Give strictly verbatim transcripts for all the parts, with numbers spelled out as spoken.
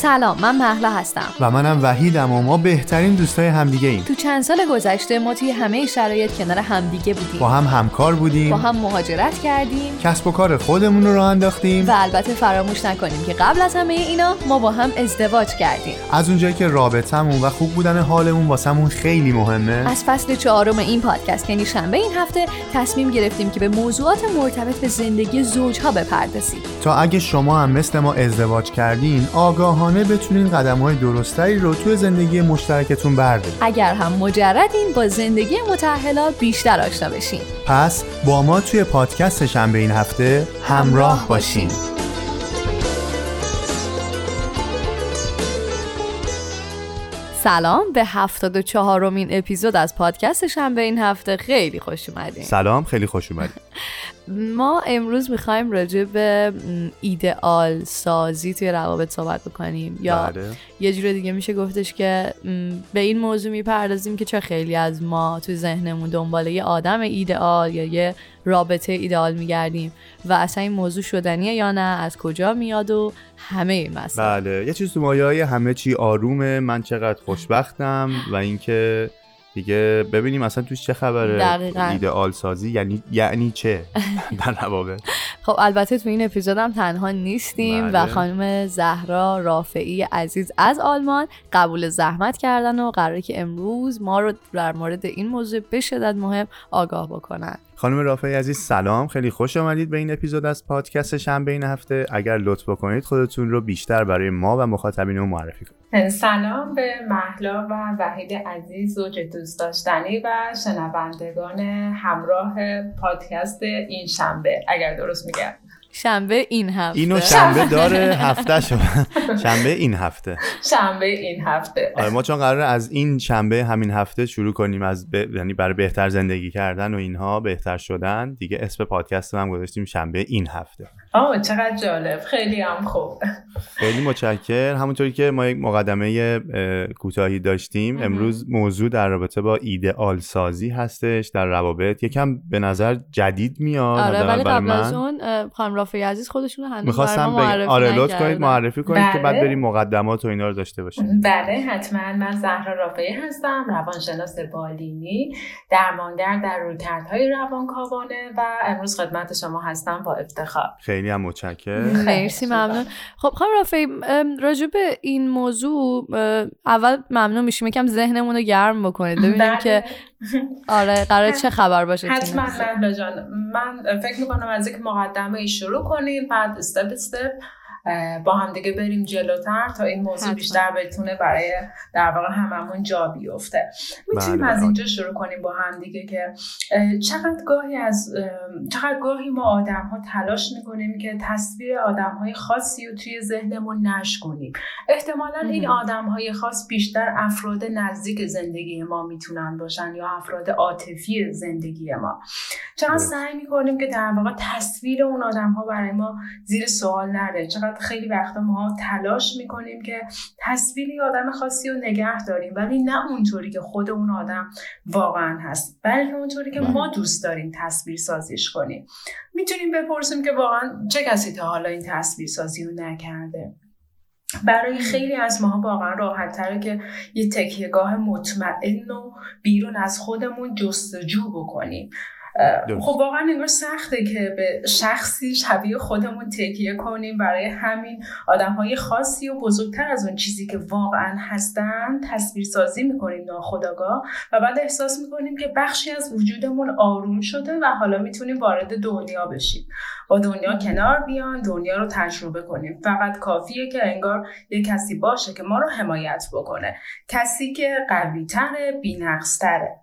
سلام، من مهلا هستم و منم وحیدم و ما بهترین دوستای همدیگه ایم. تو چند سال گذشته ما توی همه شرایط کنار همدیگه بودیم، با هم همکار بودیم، با هم مهاجرت کردیم، کسب و کار خودمون رو راه انداختیم و البته فراموش نکنیم که قبل از همه اینا ما با هم ازدواج کردیم. از اونجایی که رابطمون و خوب بودن حالمون واسمون خیلی مهمه، از فصل چهارم این پادکست یعنی شنبه این هفته تصمیم گرفتیم که به موضوعات مرتبط به زندگی زوجها بپردازیم تا اگه شما هم مثل ما ازدواج کردین آگاهانه بتونین قدم‌های درستری رو توی زندگی مشترکتون بردارید. اگر هم مجردین با زندگی متأهلا بیشتر آشنا بشین. پس با ما توی پادکست شنبه این هفته همراه باشین. سلام، به هفتاد و چهارمین اپیزود از پادکست شنبه این هفته خیلی خوش اومدین. سلام، خیلی خوش اومدین. ما امروز میخوایم راجع به ایدئال سازی توی روابط صحبت بکنیم، یا بله. یه جور دیگه میشه گفتش که به این موضوع میپردازیم که چه خیلی از ما توی ذهنمون دنبال یه آدم ایدئال یا یه رابطه ایدئال میگردیم و اصلا این موضوع شدنیه یا نه، از کجا میاد و همه این مسائل. بله، یه چیز تو مایه‌های همه چی آرومه، من چقدر خوشبختم و اینکه دیگه ببینیم اصلا توش چه خبره. دقیقاً. ایدئال سازی یعنی یعنی چه در روابط. خب البته تو این اپیزودم تنها نیستیم. بله. و خانم زهرا رافعی عزیز از آلمان قبول زحمت کردن و قراره که امروز ما رو در مورد این موضوع به شدت مهم آگاه بکنن. خانم رافعی عزیز سلام، خیلی خوش آمدید به این اپیزود از پادکست شنبه این هفته. اگر لطف بکنید خودتون رو بیشتر برای ما و مخاطبینمون معرفی کنید. سلام به مهلا و وحید عزیز، زوج دوست داشتنی و شنوندگان همراه پادکست این شنبه. اگر درست میگم شنبه این هفته. اینو شنبه داره هفته شو. شنبه این هفته. شنبه این هفته. آره، ما چون قراره از این شنبه همین هفته شروع کنیم از ب... یعنی برای بهتر زندگی کردن و اینها، بهتر شدن، دیگه اسم پادکست هم گذاشتیم شنبه این هفته. آه چقدر جالب، خیلی هم خوب. خیلی متشکرم. همونطوری که ما یک مقدمه کوتاهی داشتیم، امروز موضوع در رابطه با ایدئال سازی هستش در روابط. یکم به نظر جدید میاد. آره، ولی قبل من... از اون خانم رافعی عزیز خودشون هنوز می‌خواستم برام معرفی آره لطف کنید نکردن. معرفی کنید بله. که بعد بریم مقدمات و اینا رو داشته باشیم. بله حتما. من زهرا رافعی هستم، روانشناس بالینی، درمانگر در رویکردهای روانکاوانه و امروز خدمت شما هستم با افتخار. خیلی هم متشکرم. مرسی، ممنون. خب خانم رافعی، راجع به این موضوع اول ممنون میشیم یکم ذهنمون رو گرم بکنید ببینیم بله. که آره قراره چه خبر باشه. حتما مهلا جان، من فکر میکنم از یک مقدمه ای شروع کنیم، بعد استپ استپ با هم دیگه بریم جلوتر تا این موضوع حتما. بیشتر بتونه برای در واقع هممون جا بیفته. میتونیم بله، از بله. اینجا شروع کنیم با هم دیگه که چقدر گاهی از چقدر گاهی ما آدم ها تلاش میکنیم که تصویر آدم های خاصی رو توی ذهنمون نشکنیم. احتمالاً این آدم های خاص بیشتر افراد نزدیک زندگی ما میتونن باشن یا افراد عاطفی زندگی ما. چقدر سعی میکنیم که در واقع تصویر اون آدم ها برای ما زیر سوال نره. چقدر خیلی وقتا ما تلاش میکنیم که تصویری آدم خاصی رو نگه داریم، ولی نه اونطوری که خود اون آدم واقعا هست، بلکه اونطوری که ما دوست داریم تصویر سازیش کنیم. میتونیم بپرسیم که واقعا چه کسی تا حالا این تصویر سازی رو نکرده؟ برای خیلی از ما واقعا راحت تره که یه تکیهگاه مطمئن و بیرون از خودمون جستجو بکنیم. خب واقعا انگار سخته که به شخصی شبیه خودمون تکیه کنیم. برای همین آدم‌های خاصی و بزرگتر از اون چیزی که واقعا هستن تصویر سازی می‌کنیم ناخودآگاه و بعد احساس می‌کنیم که بخشی از وجودمون آروم شده و حالا میتونیم وارد دنیا بشیم، با دنیا کنار بیان، دنیا رو تجربه کنیم. فقط کافیه که انگار یک کسی باشه که ما رو حمایت بکنه، کسی که قوی‌تره، بی‌نقص‌تره،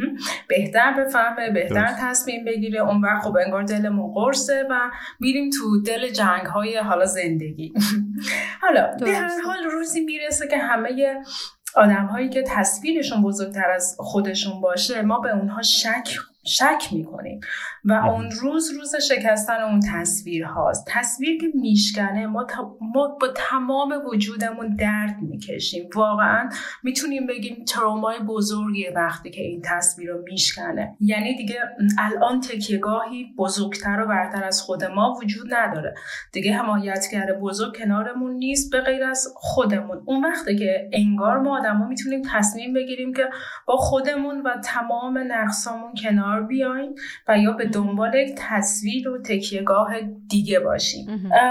بهتر بفهمه، بهتر تصمیم بگیره. اون وقت خب انگار دلمون قرصه و میریم تو دل جنگ های حالا زندگی. حالا به هر حال روزی میرسه که همه آدم هایی که تصویرشون بزرگتر از خودشون باشه ما به اونها شک شک میکنیم و اون روز روز شکستن اون تصویر هاست. تصویر که میشکنه ما, تا ما با تمام وجودمون درد میکشیم. واقعا میتونیم بگیم ترومای بزرگیه وقتی که این تصویر رو میشکنه. یعنی دیگه الان تکیهگاهی بزرگتر و برتر از خود ما وجود نداره. دیگه حمایتگر بزرگ کنارمون نیست به غیر از خودمون. اون وقته که انگار ما آدم ها میتونیم تصمیم بگیریم که با خودمون و تمام نقصامون کنار بیایم و یا به دنبال یک تصویر و تکیهگاه دیگه باشیم.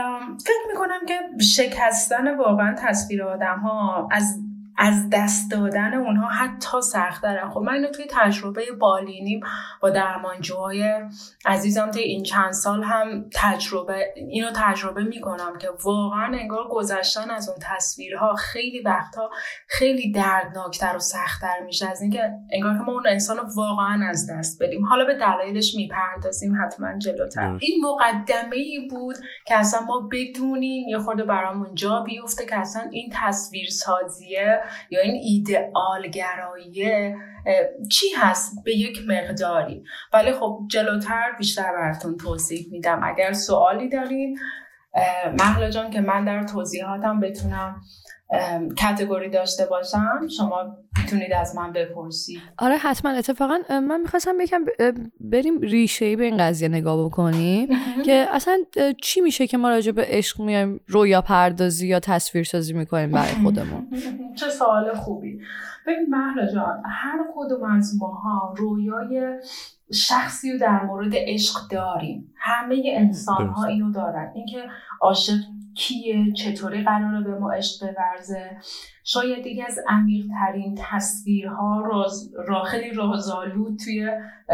فکر میکنم که شکستن واقعا تصویر آدم ها از از دست دادن اونها حتی سخت‌تره. خب من اینو توی تجربه بالینیم با درمانجوهای عزیزم توی این چند سال هم تجربه اینو تجربه میکنم که واقعا انگار گذشتن از اون تصویرها خیلی وقتا خیلی دردناکتر و سخت‌تر میشه از اینکه انگار که ما اون انسانو واقعا از دست بدیم. حالا به دلایلش میپردازیم حتما جلوتر. این مقدمه‌ای بود که اصلا ما بدونیم یه خورده برامون جا بیفته که اصلا این تصویر سازیه یا این ایدئال گرایی چی هست به یک مقداری. ولی خب جلوتر بیشتر براتون توضیح میدم. اگر سوالی دارین مهلا جان که من در توضیحاتم بتونم کاتگوری داشته باشم شما میتونید از من بپرسید. آره حتما. اتفاقا من میخواستم یکم بریم ریشه‌ای به این قضیه نگاه بکنیم که اصلا چی میشه که ما راجع به عشق میایم رویا پردازی یا تصویر سازی میکنیم برای خودمون. چه سوال خوبی. ببین مهلا جان هر کدوم از ماها رویای شخصی رو در مورد عشق داریم. همه انسان ها اینو دارن. اینکه عاشق کیه، چطوری قراره به ما عشق بورزه. شاید دیگه از عمیق‌ترین تصویرها راز را خیلی رازآلود توی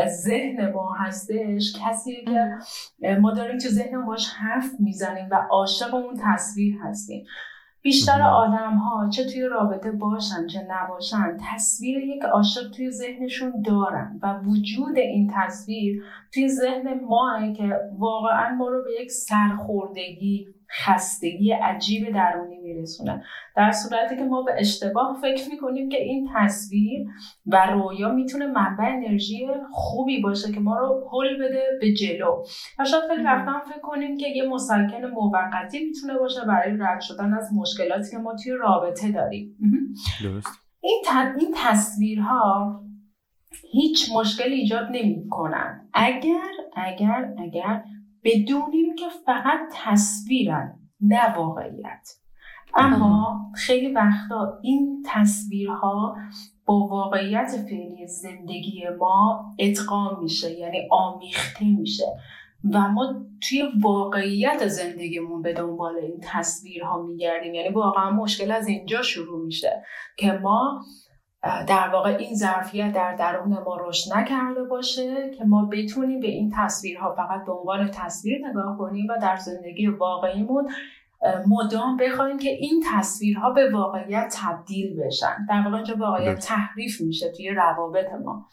ذهن ما هستش کسی که ما داریم تو ذهن باش حرف میزنیم و عاشق اون تصویر هستیم. بیشتر آدم ها چه توی رابطه باشن چه نباشن تصویر یک عاشق توی ذهنشون دارن و وجود این تصویر توی ذهن ماه که واقعا ما رو به یک سرخوردگی خستگی عجیب درونی میرسونه. در صورتی که ما به اشتباه فکر میکنیم که این تصویر و رویا میتونه منبع انرژی خوبی باشه که ما رو هل بده به جلو و شاید خیلی وقتا هم فکر کنیم که یه مسکن موقتی میتونه باشه برای رد شدن از مشکلاتی که ما توی رابطه داریم. درست. این ت... این تصویرها هیچ مشکلی ایجاد نمیکنن اگر اگر اگر بدونیم که فقط تصویرن نه واقعیت. اما خیلی وقتا این تصویرها با واقعیت فعلی زندگی ما ادغام میشه یعنی آمیخته میشه و ما توی واقعیت زندگیمون به دنبال این تصویرها میگردیم. یعنی واقعا مشکل از اینجا شروع میشه که ما در واقع این ظرفیت در درون ما رشد نکرده باشه که ما بتونیم به این تصویرها فقط به عنوان تصویر نگاه کنیم و در زندگی واقعیمون مدام بخوایم که این تصویرها به واقعیت تبدیل بشن. در واقع اینجا واقعیت تحریف میشه توی روابط ما.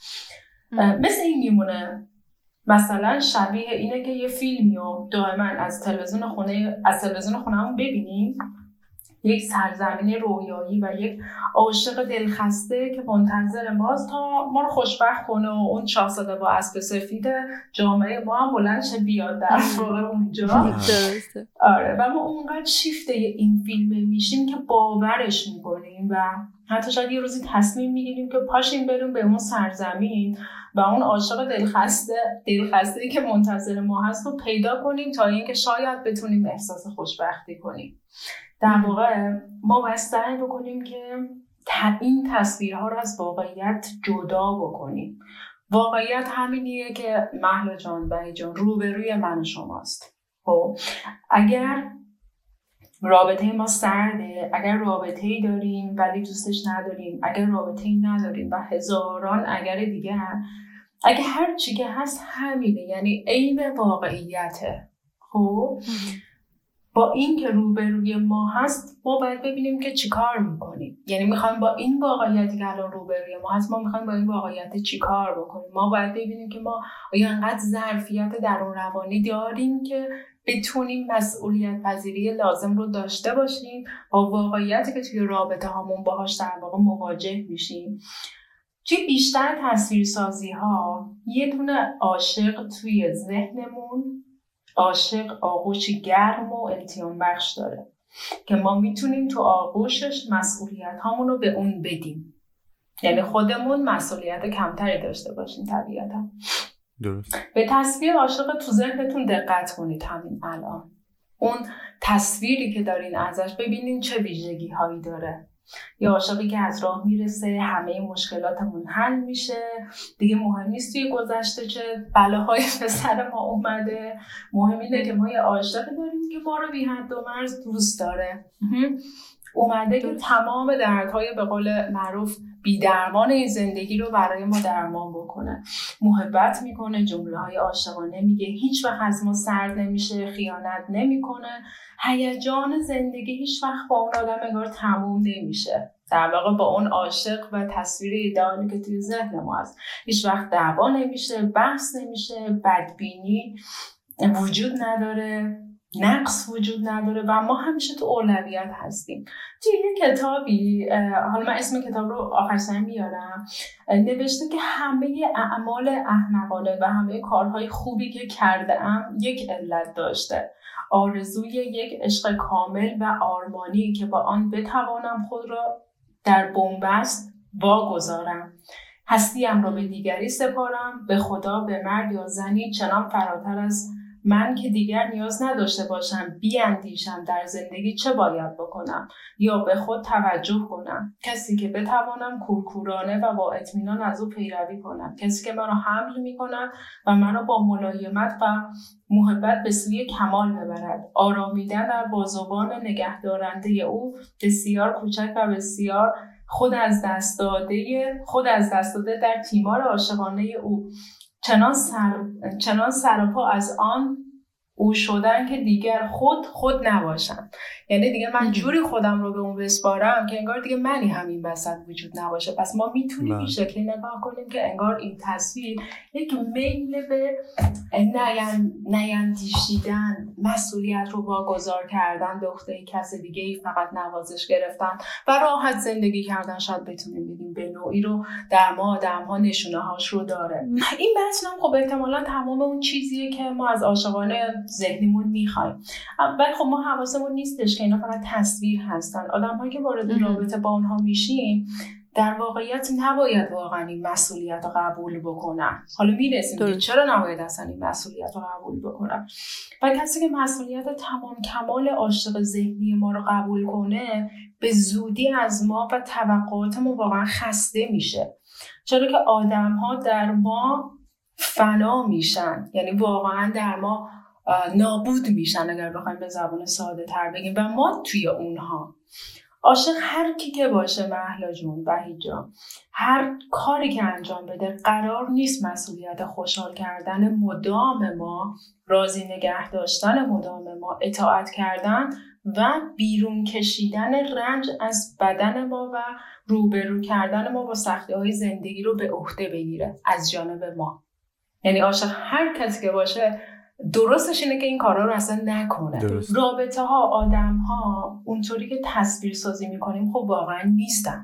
مثل این میمونه مثلا شبیه اینه که یه فیلمی رو دائما از تلویزیون خونه از تلویزیون خونه‌مون ببینیم، یک سرزمین رویایی و یک عاشق دلخسته که منتظر ماست تا ما رو خوشبخت کنه و اون شاهزاده با اسب سفید جامعه ما هم بلند شه بیاد در واقع اونجا. درسته. آره و ما اونقدر شیفته این فیلم میشیم که باورش میکنیم و حتی شاید یه روزی تصمیم میگیریم که پاشیم بریم به اون سرزمین و اون عاشق دلخسته دلخسته‌ای که منتظر ما هست رو پیدا کنیم تا اینکه شاید بتونیم احساس خوشبختی کنیم. در واقع ما باید سعی بکنیم که این تصویرها رو از واقعیت جدا بکنیم. واقعیت همینیه که مهلا جان بهی جان روبروی من و شماست. خب اگر رابطه ما سرده، اگر رابطه‌ای داریم ولی دوستش نداریم، اگر رابطه‌ای نداریم و هزاران اگر دیگه هم، اگه هر چی که هست همینه یعنی عین واقعیته. خب با این که روبروی ما هست ما باید ببینیم که چی کار میکنیم. یعنی میخوایم با این واقعیتی که الان روبروی ما هست ما میخوایم با این واقعیت چی کار بکنیم. ما باید ببینیم که ما آیا انقدر ظرفیت درون روانی داریم که بتونیم مسئولیت پذیری لازم رو داشته باشیم با واقعیتی که توی رابطه هامون باهاش در واقع مواجه میشیم. توی بیشتر تصویرسازی ها یه دونه عاشق توی ذهنمون، عاشق آغوشی گرم و التیام بخش داره که ما میتونیم تو آغوشش مسئولیت هامون رو به اون بدیم، یعنی خودمون مسئولیت کمتری داشته باشیم طبیعتا. درست. به تصویر عاشق تو ذهنتون دقت کنید همین الان. اون تصویری که دارین ازش ببینین چه ویژگی هایی داره. یا عاشقی که از راه میرسه همه مشکلاتمون حل میشه، دیگه مهم نیست توی گذشته چه بلاهایی به سر ما اومده، مهم اینه که ما یه عاشقی داریم که ما رو بی حد و مرز دوست داره، اومده که تمام دردهای به قول معروف بی درمان این زندگی رو برای ما درمان بکنه. محبت میکنه، جمله های عاشقانه میگه، هیچ وقت از ما سرد نمیشه، خیانت نمیکنه، هیجان زندگی هیچ وقت با اون آدم انگار تموم نمیشه. در واقع با اون عاشق و تصویر ایدئالی که توی ذهن ما هست هیچ وقت دعوا نمیشه، بحث نمیشه، بدبینی وجود نداره، نقص وجود نداره و ما همیشه تو اولویت هستیم. توی یه کتابی، حالا من اسم کتاب رو آخر سر میارم، نوشته که همه اعمال احمقانه و همه کارهای خوبی که کرده ام یک علت داشته، آرزوی یک عشق کامل و آرمانی که با آن بتوانم خود را در بنبست واگذارم، هستیم را به دیگری سپارم، به خدا، به مرد یا زنی چنان فراتر از من که دیگر نیاز نداشته باشم بیاندیشم در زندگی چه باید بکنم یا به خود توجه کنم، کسی که بتوانم کورکورانه و با اطمینان از او پیروی کنم، کسی که مرا حمل می‌کند و مرا با ملایمت و محبت به سوی کمال ببرد، آرامیدن در بازوان نگهدارنده او، بسیار کوچک و بسیار خود از دست داده خود از دست داده در تیمار عاشقانه او، چنان سر چنان سراپا از آن او شدن که دیگر خود خود نباشم. یعنی دیگه من جوری خودم رو به اون بسپارم که انگار دیگه منی همین وسط وجود نباشه. پس ما میتونیم این شکلی نگاه کنیم که انگار این تصویر یک میل به نیندیشیدن، مسئولیت رو واگذار کردن به عهده کسی دیگه ای، فقط نوازش گرفتن و راحت زندگی کردن. شاید بتونیم بگیم به نوعی رو در ما آدم ها نشونه هاش رو داره. این بحث هم خب احتمالاً تمام اون چیزیه که ما از عاشقانه ذهنیمون میخوایم، ولی خب ما حواسمون نیستش که اینا فقط تصویر هستن. آدم‌هایی که وارد رابطه با اونها میشیم در واقعیت نباید واقعا این مسئولیت رو قبول بکنن. حالا میرسیم که چرا نباید اصلا این مسئولیت رو قبول بکنن. و کسی که مسئولیت تمام کمال عاشق ذهنی ما رو قبول کنه به زودی از ما و توقعاتمون واقعا خسته میشه، چرا که آدم‌ها در ما فنا میشن، یعنی واقعا در ما نابود میشن اگر بخوایم به زبان ساده تر بگیم، و ما توی اونها. عاشق هر کی که باشه مهلا جون، وحید جان، هر کاری که انجام بده قرار نیست مسئولیت خوشحال کردن مدام ما، راضی نگه داشتن مدام ما، اطاعت کردن و بیرون کشیدن رنج از بدن ما و روبرو کردن ما با سختی‌های زندگی رو به عهده بگیره از جانب ما. یعنی عاشق هر کسی که باشه درستش اینه که این کارا رو اصلا نکنه. درست. رابطه ها، آدم ها اونطوری که تصویر سازی میکنیم خب واقعا نیستن.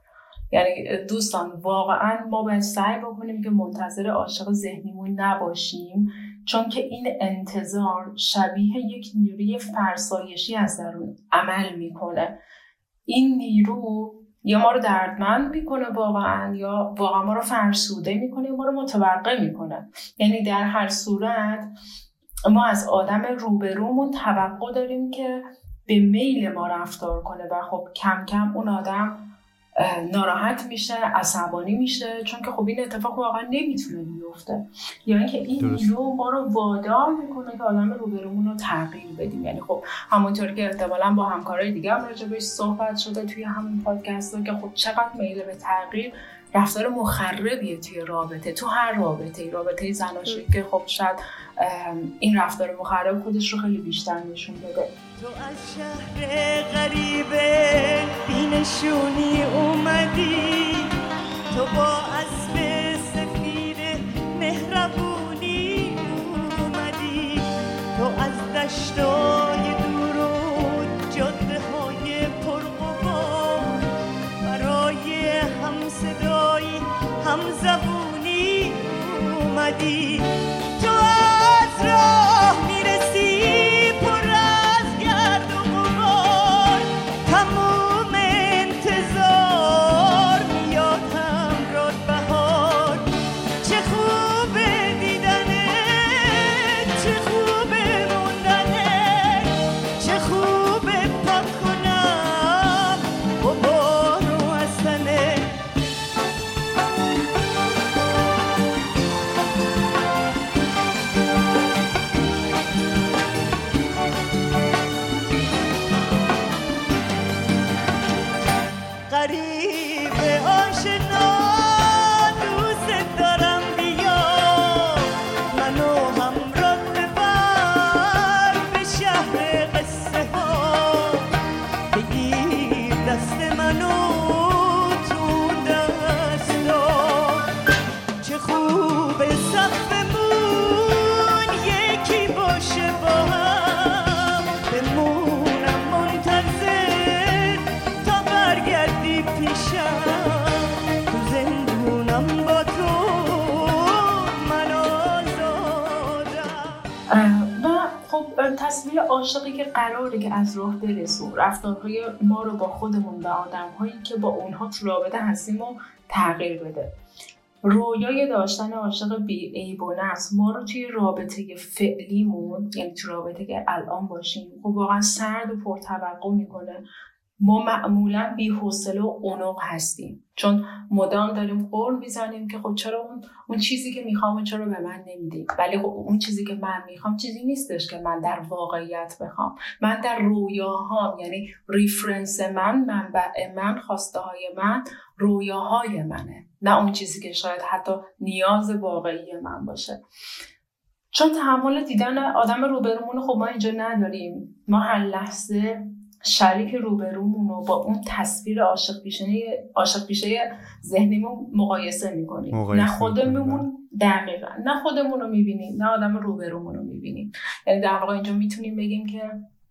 یعنی دوستان واقعا ما باید سعی بکنیم که منتظر عاشق ذهنیمون نباشیم، چون که این انتظار شبیه یک نیروی فرسایشی از درون عمل میکنه. این نیرو یا ما رو دردمند میکنه واقعا، یا واقعا ما رو فرسوده میکنه، یا ما رو متوقع میکنه. یعنی در هر صورت ما از آدم روبرومون توقع داریم که به میل ما رفتار کنه و خب کم کم اون آدم ناراحت میشه، عصبانی میشه، چون که خب این اتفاق واقعا نمیتونه بیفته. یا اینکه این نیرو ما رو وادار میکنه که آدم روبرومون رو تغییر بدیم. یعنی خب همونطور که احتمالاً با همکارای دیگه هم راجع بهش صحبت شده توی همین پادکست که خب چقدر میل به تغییر رفتار مخربیه توی رابطه، تو هر رابطه، رابطه زناشویی که خب شاید این رفتار مخرب خودش رو خیلی بیشتر نشون بده. تو از شهر غریبه بینشونی اومدی، تو با اسب سفید مهربونی اومدی، تو از دشتای دور و جاده های پرغبار برای همصدایی عاشقی که قراره که از راه برسه، رفتارهای ما رو با خودمون و آدم‌هایی که با اونها تو رابطه هستیم رو تغییر بده. رویای داشتن عاشق بی عیب و نقص ما رو توی رابطه فعلیمون، یعنی تو رابطه که الان باشیم، خب واقعا سرد و پرتوقع میکنه. ما معمولا بی‌حوصله و عنق هستیم، چون مدام داریم قول میزنیم که خب چرا اون اون چیزی که میخوام چرا به من نمیدی؟ ولی خب اون چیزی که من میخوام چیزی نیستش که من در واقعیت بخوام. من در رویاهام، یعنی ریفرنس من، منبع من، خواسته های من، رویاهای منه، نه اون چیزی که شاید حتی نیاز واقعی من باشه. چون تحمل دیدن آدم روبرومون خب ما اینجا نداریم. ما هر لحظه شریک روبرومون رو با اون تصویر عاشق پیشه عاشق پیشه ذهنیمون مقایسه میکنیم. نه خودمون دقیقاً نه خودمون رو میبینیم، نه آدم روبرومون رو میبینیم. یعنی در واقع اینجا میتونیم بگیم که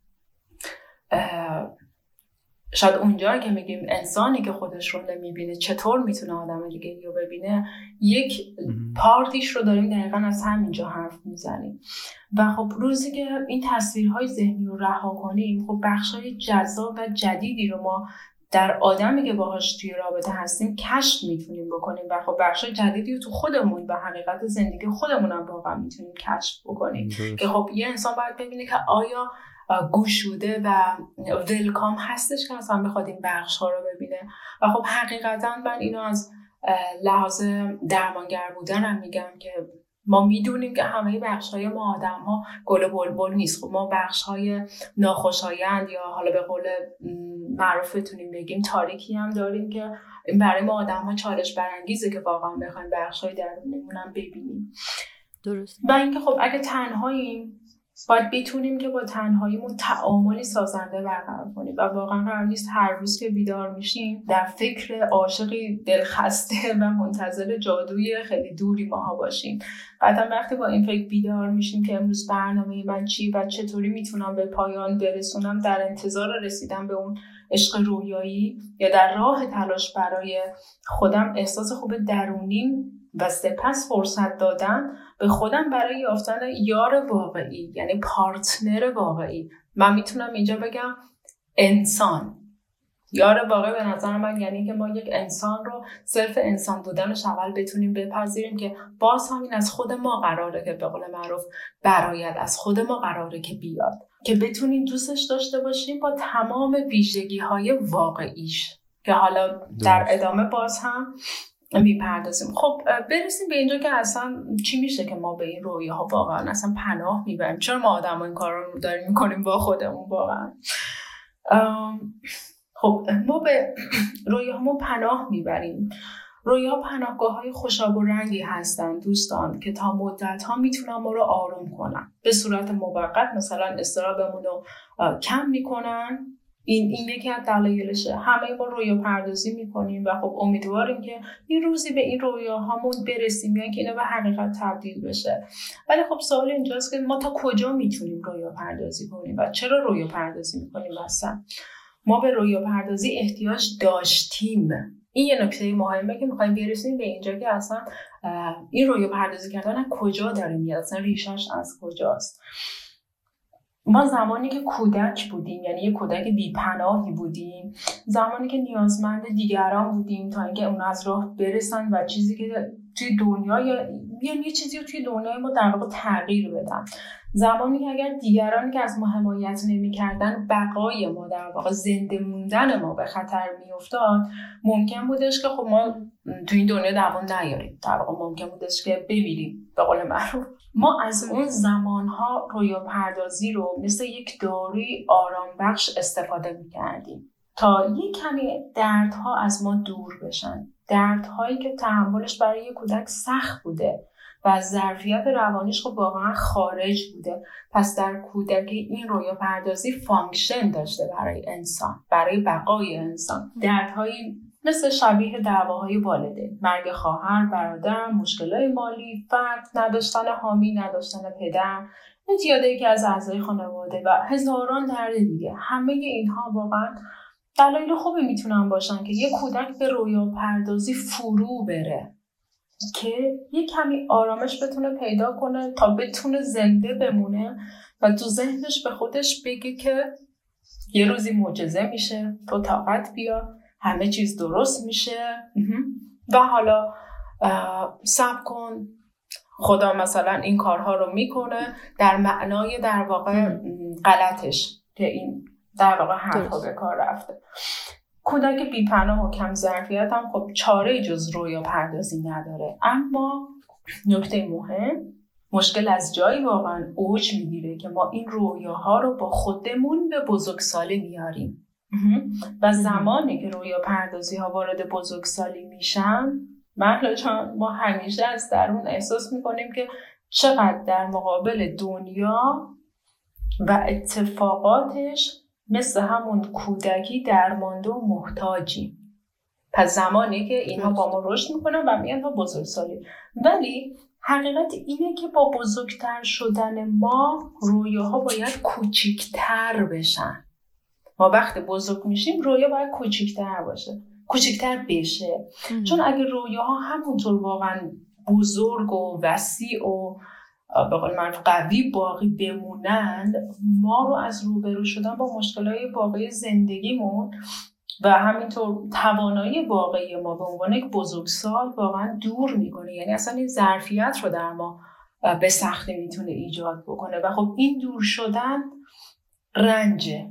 شاید اونجا که میگیم انسانی که خودش رو نمیبینه چطور میتونه آدم دیگه رو ببینه، یک پارتیش رو داریم دقیقاً از همینجا حرف میزنیم. و خب روزی که این تصویرهای ذهنی رو رها کنیم، خب بخشای جذاب و جدیدی رو ما در آدمی که باهاش توی رابطه هستیم کشف میتونیم بکنیم و خب بخشای جدیدی رو تو خودمون و حقیقت زندگی خودمون هم واقعا میتونیم کشف بکنیم. که خب یه انسان باید ببینه که آیا گوشوده و ولکام هستش که اصلا بخواد این بخش ها رو ببینه. و خب حقیقتا من اینو از لحاظ درمانگر بودنم میگم که ما میدونیم که همه بخش های ما آدم ها گل و بلبل نیست. خب ما بخش های ناخوشایند یا حالا به قول معروف بتونیم بگیم تاریکی هم داریم که برای ما آدم ها چالش برانگیزه که واقعا بخوایم بخش های درونمون هم ببینیم. درست. و اینکه خب اگه تنهاییم باید بتونیم که با تنهاییمون تعاملی سازنده برقرار کنیم و واقعا قرار نیست هر روز که بیدار میشیم در فکر عاشقی دلخسته و منتظر جادوی خیلی دوری ماها باشیم. قطعا وقتی با این فکر بیدار میشیم که امروز برنامه من چی و چطوری میتونم به پایان برسونم در انتظار رسیدن به اون عشق رویایی یا در راه تلاش برای خودم احساس خوب درونیم و سپس فرصت دادن به خودم برای یافتن یار واقعی، یعنی پارتنر واقعی. من میتونم اینجا بگم انسان. یار واقعی به نظر من یعنی که ما یک انسان رو صرف انسان بودنش اول بتونیم بپذیریم که باز همین از خود ما قراره که به قول معروف براید، از خود ما قراره که بیاد، که بتونیم دوستش داشته باشیم با تمام ویژگی‌های واقعیش که حالا در ادامه باز هم میپردازیم. خب برسیم به اینجا که اصلا چی میشه که ما به این رویاها واقعا اصلا پناه میبریم؟ چرا ما آدم این کار رو داریم میکنیم با خودمون واقعا؟ خب ما به رویاهامون پناه میبریم. رویاها پناهگاه های خوشاب و رنگی هستن دوستان که تا مدت ها میتونن ما رو آروم کنن. به صورت موقت مثلا اضطرابمون رو کم میکنن. این این یکی از دلایلشه. همه ما رویا پردازی میکنیم و خب امیدواریم که یه روزی به این رویاهامون برسیم یا که اینا به حقیقت تبدیل بشه. ولی خب سوال اینجاست که ما تا کجا میتونیم رویا پردازی کنیم و چرا رویا پردازی میکنیم؟ اصلا ما به رویا پردازی احتیاج داشتیم. این یه نکته مهمه که میخوایم برسیم به اینجا که اصلا این رویا پردازی کردن از کجا داره میاد، اصلا ریشش از کجاست. ما زمانی که کودک بودیم، یعنی یه کودک بی‌پناهی بودیم، زمانی که نیازمند دیگران بودیم تا اینکه اون از راه برسن و چیزی که توی دنیا یا یه چیزی رو توی دنیای ما در واقع تغییر بدن، زمانی که اگر دیگرانی که از ما حمایت نمی‌کردن بقای ما در واقع زنده موندن ما به خطر می‌افتاد، ممکن بودش که خب ما توی این دنیا دوام نیاریم، در واقع ممکن بودش که بمیریم به قول معروف. ما از اون زمانها رویا پردازی رو مثل یک داروی آرام بخش استفاده می‌کردیم تا یک کمی دردها از ما دور بشن، دردهایی که تحملش برای یک کودک سخت بوده و از ظرفیت روانیش خب واقعا خارج بوده. پس در کودکی این رویا پردازی فانکشن داشته برای انسان، برای بقای انسان. دردهایی مثل شبیه دعواهای والدین، مرگ خواهر، برادر، مشکلات مالی، فرد، نداشتن حامی، نداشتن پدر، اعتیادی که از اعضای خانواده و هزاران درد دیگه. همه اینها واقعا دلایل خوبی میتونن باشن که یک کودک به رویا پردازی فرو بره که یک کمی آرامش بتونه پیدا کنه تا بتونه زنده بمونه و تو ذهنش به خودش بگه که یه روزی معجزه میشه، تو طاقت بیا، همه چیز درست میشه و حالا صبر کن، خدا مثلا این کارها رو میکنه در معنای در واقع غلطش که این در واقع حرفا به کار رفته. کودک بی‌پناه و کم ظرفیت هم خب چاره جز رویا پردازی نداره. اما نکته مهم، مشکل از جایی واقعا اوج میگیره که ما این رویاها رو با خودمون به بزرگسالی میاریم و زمانی که رویا پردازی ها وارد بزرگسالی میشن، مهلا جان، ما همیشه از درون احساس میکنیم که چقدر در مقابل دنیا و اتفاقاتش مثل همون کودکی درمانده و محتاجیم. پس زمانی که اینها با ما رشد میکنن و میان تا بزرگسالی. ولی حقیقت اینه که با بزرگتر شدن ما رویاها باید کوچیکتر بشن. ما وقتی بزرگ میشیم رویا باید کوچیکتر باشه، کوچیکتر بشه. چون اگه رویاها همونطور واقعا بزرگ و وسیع و به قول معروف قوی باقی بمونن، ما رو از روبرو شدن با مشکلات واقعی زندگیمون و همینطور توانایی واقعی ما به عنوان یک بزرگسال واقعا دور میکنه. یعنی اصلا این ظرفیت رو در ما به سختی میتونه ایجاد بکنه و خب این دور شدن رنجه.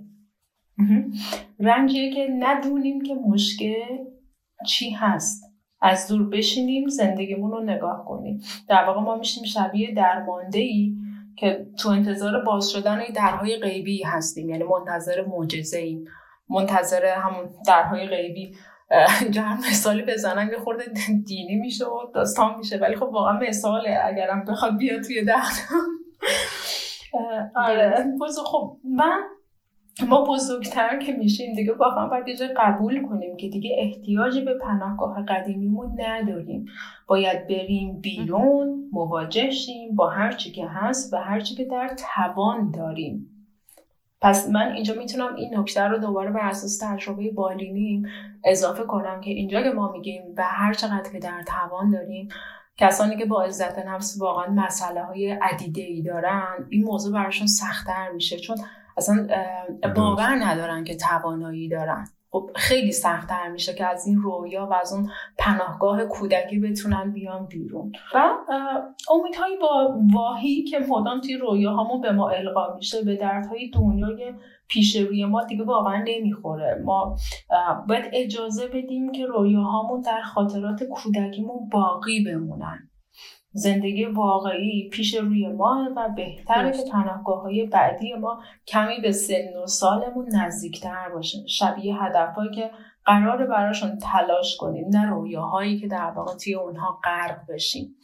رنجیه که ندونیم که مشکل چی هست، از دور بشینیم زندگیمون رو نگاه کنیم. در واقع ما میشیم شبیه درمانده‌ای که تو انتظار باز شدن درهای غیبی هستیم، یعنی منتظر معجزه‌ایم، منتظر همون درهای غیبی. اینجا هم مثالی بزنم یه خورده دینی میشه و داستان میشه، ولی خب واقعا مثاله اگرم بخواد بیاد توی دهنم. آره خب من ما بزرگتر که میشیم دیگه واقعا باید یه جای قبول کنیم که دیگه احتیاجی به پناهگاه قدیمیمون نداریم. باید بریم بیرون، مواجه شیم با هر چی که هست و هر چی که در توان داریم. پس من اینجا میتونم این نکته رو دوباره بر اساس تجربه بالینیم اضافه کنم که اینجا که ما میگیم و هر چقدر که در توان داریم، کسانی که با عزت نفس واقعا مسئله های عدیده‌ای دارن این موضوع براشون سخت‌تر میشه، چون اصلا باور ندارن که توانایی دارن. خب خیلی سخت‌تر میشه که از این رویا و از اون پناهگاه کودکی بتونن بیان بیرون. و امیدهایی با واهی که مدام توی رویاهامون به ما القا میشه به دردهای دنیای پیش روی ما دیگه واقعا نمیخوره. ما باید اجازه بدیم که رویاهامون در خاطرات کودکیمون باقی بمونن. زندگی واقعی پیش روی ما و بهتره که پناهگاه‌های بعدی ما کمی به سن و سالمون نزدیکتر باشه، شبیه هدفهایی که قراره براشون تلاش کنیم، نه رویاهایی که در واقع توی اونها غرق بشیم.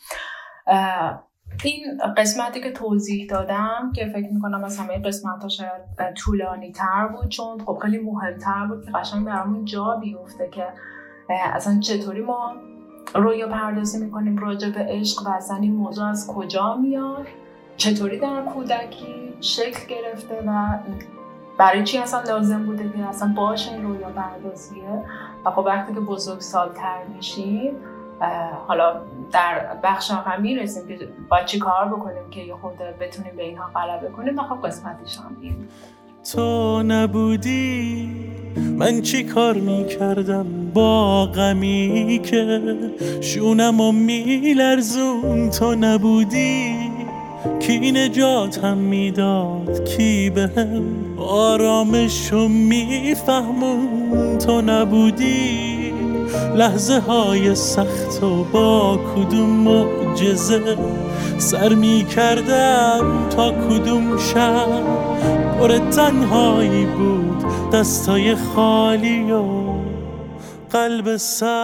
این قسمتی که توضیح دادم که فکر میکنم از همه قسمت‌ها شاید طولانی تر بود، چون خب خیلی مهمتر بود که قشنگ برامون جا بیفته که اصلا چطوری ما رویا پردازی میکنیم راجع به عشق و اصلا این موضوع از کجا میاد، چطوری در کودکی شکل گرفته و برای چی اصلا لازم بوده که اصلا باشه این رویا پردازیه. و خب وقتی که بزرگسال‌تر میشیم حالا در بخش آخر میرسیم که باید چی کار بکنیم که یه خورده بتونیم به اینها غلبه کنیم و خب قسمتش هم میریم. تو نبودی من چی کار میکردم با غمی که شونمو میلرزون، تو نبودی کی نجاتم میداد، کی بهم آرامشو میفهمون، تو نبودی لحظه های سخت و با کدوم معجزه سر می کردم تا کدوم شب پر تنهایی بود، دستای خالی و قلب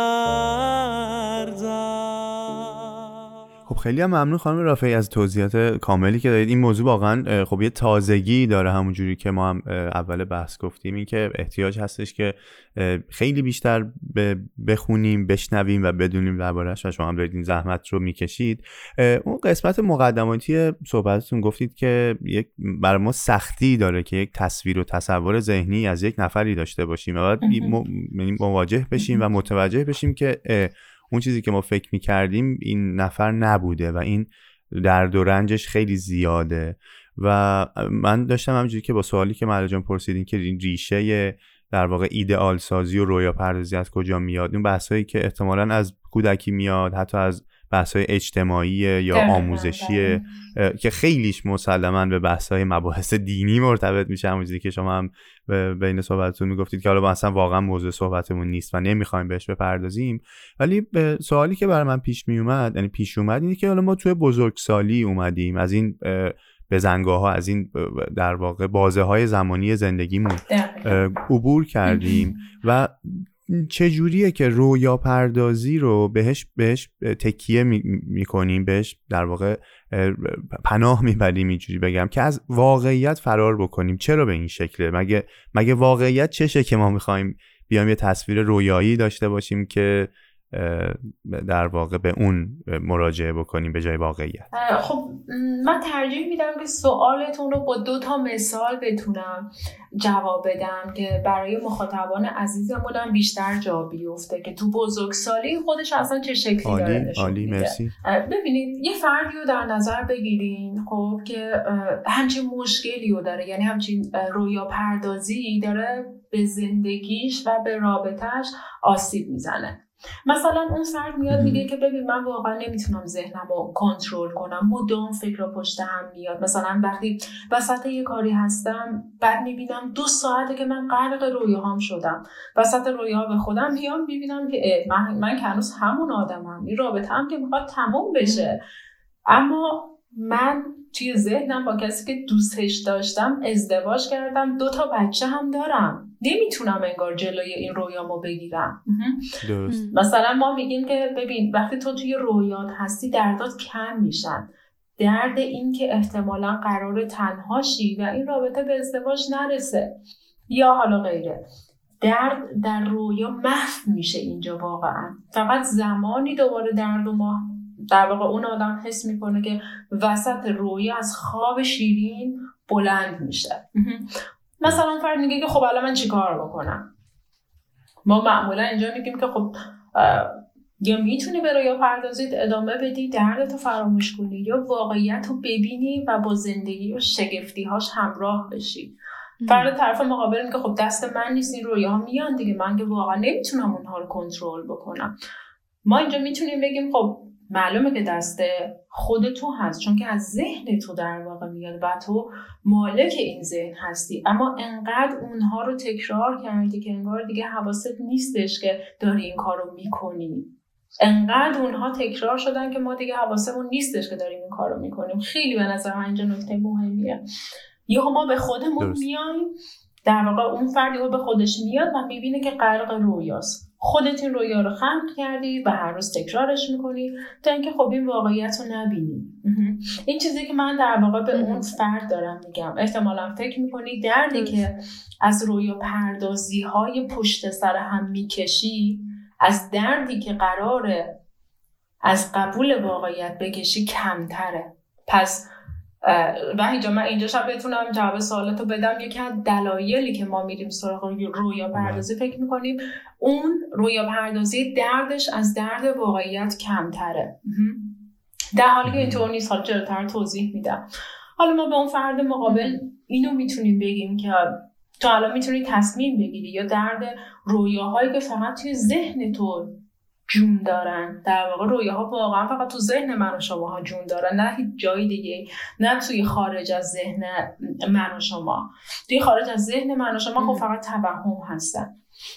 سردم. خب خیلی هم ممنون خانم رافعی از توضیحات کاملی که دادید. این موضوع واقعا خب یه تازگی داره، همونجوری که ما هم اول بحث گفتیم، این که احتیاج هستش که خیلی بیشتر بخونیم، بشنویم و بدونیم درباره‌اش و شما هم دارید این زحمت رو میکشید. اون قسمت مقدماتی صحبتتون گفتید که یک برای ما سختی داره که یک تصویر و تصور ذهنی از یک نفری داشته باشیم و بعد مواجه بشیم و متوجه بشیم که اون چیزی که ما فکر می‌کردیم این نفر نبوده و این درد و رنجش خیلی زیاده. و من داشتم همینجوری که با سوالی که مرجان پرسیدین که این ریشه در واقع ایدئال سازی و رویا پردازی از کجا میاد، اون بحثایی که احتمالاً از کودکی میاد، حتی از بحث‌های اجتماعی یا آموزشی که خیلیش مسلماً به بحث‌های مباحث دینی مرتبط میشه، همونجوری که شما هم بین صحبتتون میگفتید که حالا اصلا واقعا موضوع صحبتمون نیست و نمیخوایم بهش بپردازیم. ولی به سوالی که برای من پیش میومد، یعنی پیش اومد اینه که حالا ما توی بزرگسالی اومدیم، از این بزنگاه‌ها، از این در واقع بازه‌های زمانی زندگیمون عبور کردیم و چه جوریه که رویا پردازی رو بهش بهش تکیه میکنیم، بهش در واقع پناه میبریم، اینجوری بگم، که از واقعیت فرار بکنیم؟ چرا به این شکله؟ مگه مگه واقعیت چشه که ما میخوایم بیایم یه تصویر رویایی داشته باشیم که در واقع به اون مراجعه بکنیم به جای واقعیت؟ خب من ترجیح میدم که سوالتون رو با دو تا مثال بتونم جواب بدم که برای مخاطبان عزیزمون هم بیشتر جا بیفته که تو بزرگسالی خودش اصلا چه شکلی داره نشون عالی، میده. مرسی. ببینید یه فردی رو در نظر بگیرین خب که همچین مشکلی رو داره، یعنی همچین رویا پردازی داره به زندگیش و به رابطهش آسیب میزنه. مثلا اون فرد میاد میگه که ببین من واقعا نمیتونم ذهنم رو کنترل کنم، مدام فکر رو پشت هم میاد. مثلا وقتی وسط یه کاری هستم بعد میبینم دو ساعته که من غرق رویاهام شدم، وسط رویاها به خودم میام میبینم که من من که هنوز همون آدمم، این رابطه هم که میخواد تموم بشه، اما من توی ذهنم با کسی که دوستش داشتم ازدواج کردم، دو تا بچه هم دارم، نمیتونم انگار جلوی این رویامو بگیرم. درست. مثلا ما میگیم که ببین وقتی تو توی رویات هستی دردات کم میشن، درد این که احتمالاً قراره تنها شی و این رابطه به ازدواج نرسه یا حالا غیره، درد در رویا محو میشه اینجا واقعا. فقط زمانی دوباره درد و ما در واقع اون آدم حس میکنه که وسط رویا از خواب شیرین بلند میشه. مثلا فرد میگه که خب الان من چی کار بکنم؟ ما معمولا اینجا میگیم که خب یا میتونی به رویا پردازیت ادامه بدی، دردتو فراموش کنی، یا واقعیت رو ببینی و با زندگی و شگفتی‌هاش همراه بشی. فرد طرف مقابل میگه خب دست من نیست، این رویاها میان دیگه، من که واقعا نمیتونم اونها رو کنترل بکنم. ما اینجا میتونیم بگیم خب معلومه که دست خود تو هست، چون که از ذهن تو در واقع میاد و تو مالک این ذهن هستی، اما انقدر اونها رو تکرار کردی که انگار دیگه حواست نیستش که داری این کار رو میکنی. انقدر اونها تکرار شدن که ما دیگه حواسمون نیستش که داریم این کار رو میکنیم. خیلی به نظر من اینجا نکته مهمیه. یا ما به خودمون میایم، در واقع اون فردی رو به خودش میاد و میبینه که غرق رویاست. خودت این رویا رو خلق کردی و هر روز تکرارش میکنی تا اینکه خب این واقعیت رو نبینی. این چیزی که من در واقع به اون فرد دارم میگم. احتمالاً فکر میکنی دردی که از رویا پردازی های پشت سر هم میکشی از دردی که قراره از قبول واقعیت بکشی کمتره. پس و اینجا من اینجا شب بتونم جواب سوالاتو بدم. یکی از دلایلی که ما میریم سراغ رویا پردازی فکر میکنیم اون رویا پردازی دردش از درد واقعیت کمتره، در حالی که اینطور نیست. حالا جلوتر توضیح میدم. حالا ما به اون فرد مقابل اینو میتونیم بگیم که تو الان میتونی تصمیم بگیری یا درد رویاهایی که فقط توی ذهن تو جون دارن، در واقع رویاها واقعا فقط تو ذهن من و شماها جون دارن، نه هیچ جای دیگه، نه توی خارج از ذهن من و شما. توی خارج از ذهن من و شما خب فقط توهم هستن.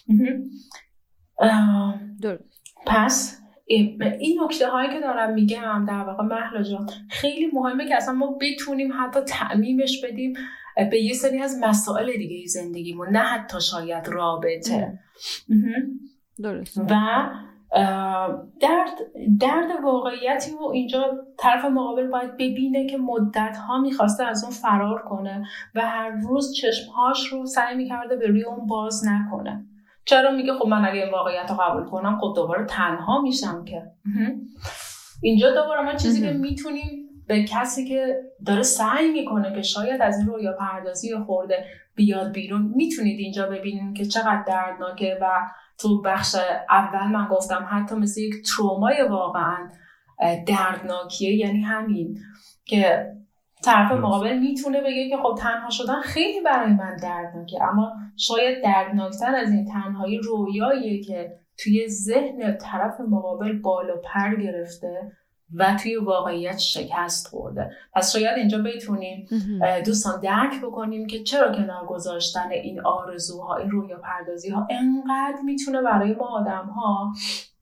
پس این نکته هایی که دارم میگم در واقع مهلا جان خیلی مهمه که اصلا ما بتونیم حتی تعمیمش بدیم به یه سری از مسائل دیگه زندگیمون، نه حتی شاید رابطه. درست. و درد درد واقعیتی و اینجا طرف مقابل باید ببینه که مدت‌ها می‌خواسته از اون فرار کنه و هر روز چشم‌هاش رو سعی می‌کرده به روی اون باز نکنه. چرا میگه خب من اگه این واقعیت رو قبول کنم خب دوباره تنها میشم که. اینجا دوباره ما چیزی که میتونیم به کسی که داره سعی میکنه که شاید از این رویا پردازی خورده بیاد بیرون، میتونید اینجا ببینید که چقدر دردناکه. و تو بخش اول من گفتم حتی مثل یک ترومای واقعا دردناکیه، یعنی همین که طرف مقابل میتونه بگه که خب تنها شدن خیلی برای من دردناکه، اما شاید دردناکتر از این تنهایی رویاییه که توی ذهن طرف مقابل بالا پر گرفته و توی واقعیت شکست خورده. پس شاید اینجا بتونیم دوستان درک بکنیم که چرا کنار گذاشتن این آرزوها، این رویا پردازی ها انقدر میتونه برای ما آدم ها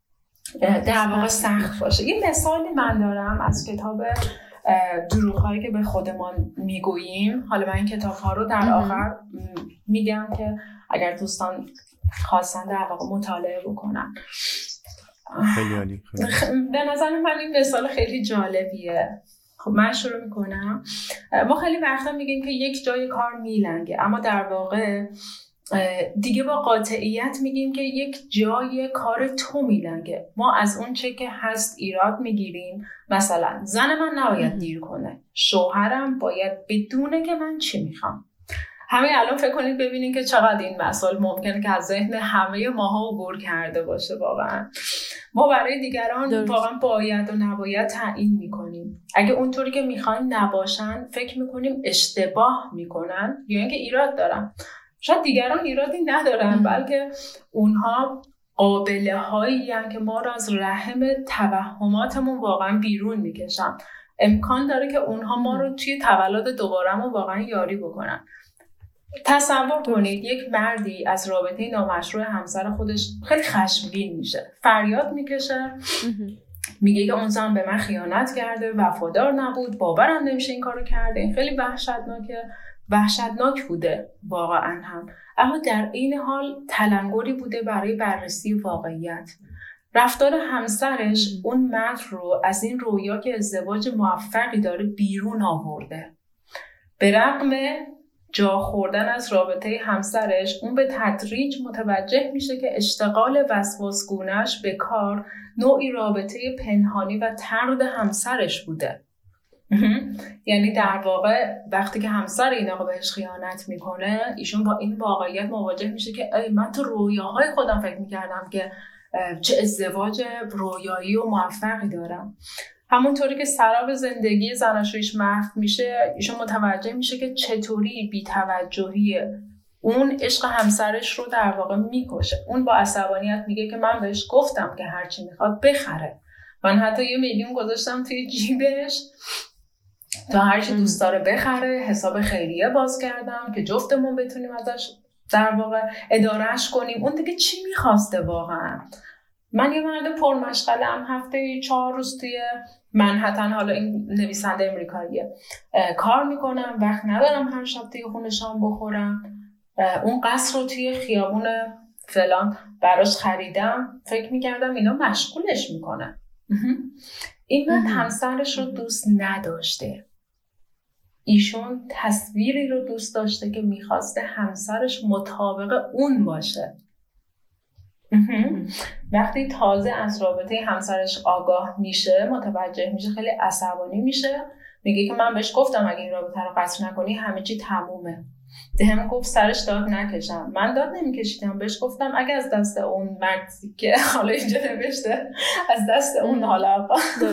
در واقع سخت باشه. این مثالی من دارم از کتاب دروغ‌هایی که به خودمان میگوییم. حالا من این کتاب‌ها رو در آخر میگم که اگر دوستان خواستن در واقع مطالعه بکنن. خیلی عالی. به نظر من این مثال خیلی جالبیه. خب من شروع میکنم. ما خیلی وقتا میگیم که یک جای کار میلنگه، اما در واقع دیگه با قاطعیت میگیم که یک جای کار تو میلنگه. ما از اون چه که هست ایراد میگیریم. مثلا زن من نباید دیر کنه، شوهرم باید بدونه که من چی میخوام. همه الان فکر کنید ببینید که چقدر این مسائل ممکنه که از ذهن همه ماها عبور کرده باشه. واقعا ما برای دیگران درست. واقعا باید و نباید تعیین میکنیم. اگه اونطوری که میخوایم نباشن فکر میکنیم اشتباه میکنن یا اینکه ایراد دارن. شاید دیگران ایرادی ندارن، بلکه اونها قابله هایی هستن که ما رو از رحم توهماتمون واقعا بیرون میکشن. امکان داره که اونها ما رو توی تولد دوباره‌مون واقعا یاری بکنن. تصور کنید یک مردی از رابطه نامشروع همسر خودش خیلی خشمگین میشه، فریاد میکشه، میگه که اون زن به من خیانت کرده، وفادار نبود، باورم نمیشه این کارو کرده. این خیلی وحشتناکه، وحشتناک بوده واقعا هم، اما در این حال تلنگری بوده برای بررسی واقعیت. رفتار همسرش اون مرد رو از این رویا که ازدواج موفقی داره بیرون آورده. به رغم جا خوردن از رابطه همسرش، اون به تدریج متوجه میشه که اشتغال وسواسگونه‌اش به کار نوعی رابطه پنهانی و طرد همسرش بوده. یعنی در واقع وقتی که همسر این آقا بهش خیانت میکنه، ایشون با این واقعیت مواجه میشه که ای من تو رویاهای خودم فکر میکردم که چه ازدواج رویایی و موفقی دارم. همونطوری که سراب زندگی زناشویش محو میشه، ایشون متوجه میشه که چطوری بی‌توجهی اون عشق همسرش رو در واقع میکشه. اون با عصبانیت میگه که من بهش گفتم که هرچی میخواد بخره، من حتی یه میلیون گذاشتم توی جیبش تا هرچی دوست داره بخره، حساب خیریه باز کردم که جفتمون بتونیم ازش در واقع ادارهش کنیم. اون دیگه چی میخواسته واقعا؟ من یه مرد پرمشغله‌ام، هفته چهار روز توی منهتن، حالا این نویسنده امریکاییه، کار میکنم، وقت ندارم هر شب توی خونه شام بخورم. اون قصر رو توی خیابون فلان براش خریدم، فکر میکردم اینا مشغولش میکنه. این مرد همسرش رو دوست نداشته. ایشون تصویری رو دوست داشته که میخواسته همسرش مطابق اون باشه. وقتی تازه از رابطه همسرش آگاه میشه، متوجه میشه، خیلی عصبانی میشه، میگه که من بهش گفتم اگه این رابطه رو قطع نکنی همه چی تمومه. هم گفت سرش داد نکشم. من داد نمیکشیدم، بهش گفتم اگه از دست اون مردی که حالا اینجا نوشته از دست اون حالا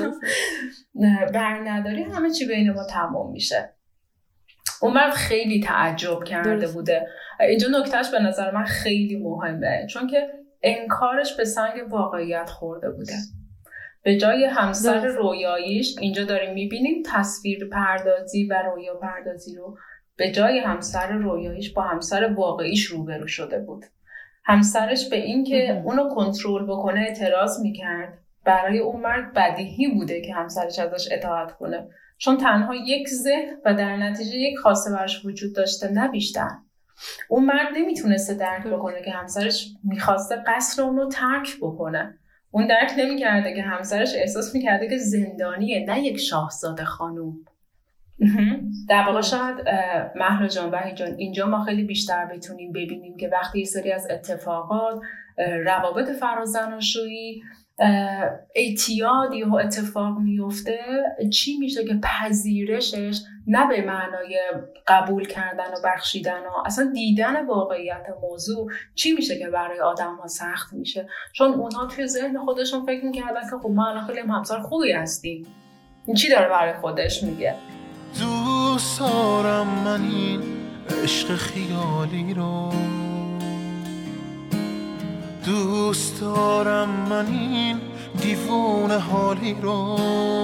بر نداری همه چی بین ما تموم میشه. اون مرد خیلی تعجب کرده درست. بوده. اینجا نکتهش به نظر من خیلی مهمه، چون که انکارش به سنگ واقعیت خورده بوده. به جای همسر درست. رویاییش، اینجا داریم میبینیم تصویر پردازی و رویا پردازی رو، به جای همسر رویاییش با همسر واقعیش روبرو شده بود. همسرش به این که اونو کنترل بکنه اعتراض میکرد. برای اون مرد بدیهی بوده که همسرش ازش اطاعت کنه، چون تنها یک ذهن و در نتیجه یک خواسته براش وجود داشته، نه بیشتر. اون مرد نمیتونسته درک بکنه که همسرش میخواسته قصر اونو ترک بکنه. اون درک نمیکرده که همسرش احساس میکرده که زندانیه، نه یک شاهزاده خانوم. در واقع شاید مهلا جان، وحی جان، اینجا ما خیلی بیشتر بتونیم ببینیم که وقتی یه سری از اتفاقات، روابط فرازناشویی، اعتیادی و اتفاق میفته، چی میشه که پذیرشش نه به معنای قبول کردن و بخشیدن و اصلا دیدن واقعیت موضوع، چی میشه که برای آدم ها سخت میشه، چون اونها توی ذهن خودشون فکر میکردن که خب ما الان خیلی همسر خوبی هستیم، این چی داره برای خودش میگه. دوست دارم من این عشق خیالی رو، دوست دارم من این دیوونه حالی رو،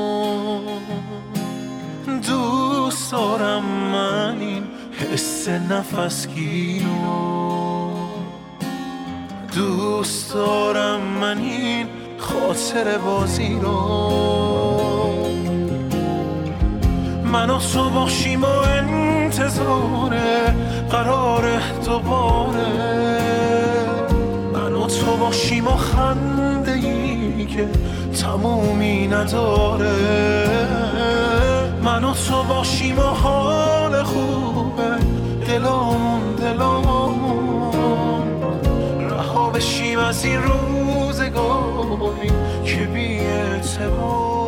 دوست دارم من این حس نفسگیر رو، دوست دارم من این خاطر بازی رو. من و تو باشیم و انتظار قرار دوباره، من و تو باشیم و خنده ای که تمومی نداره، من و تو باشیم و حال خوبه دلامون دلامون، رها بشیم از این روزگاری که بی اعتباره.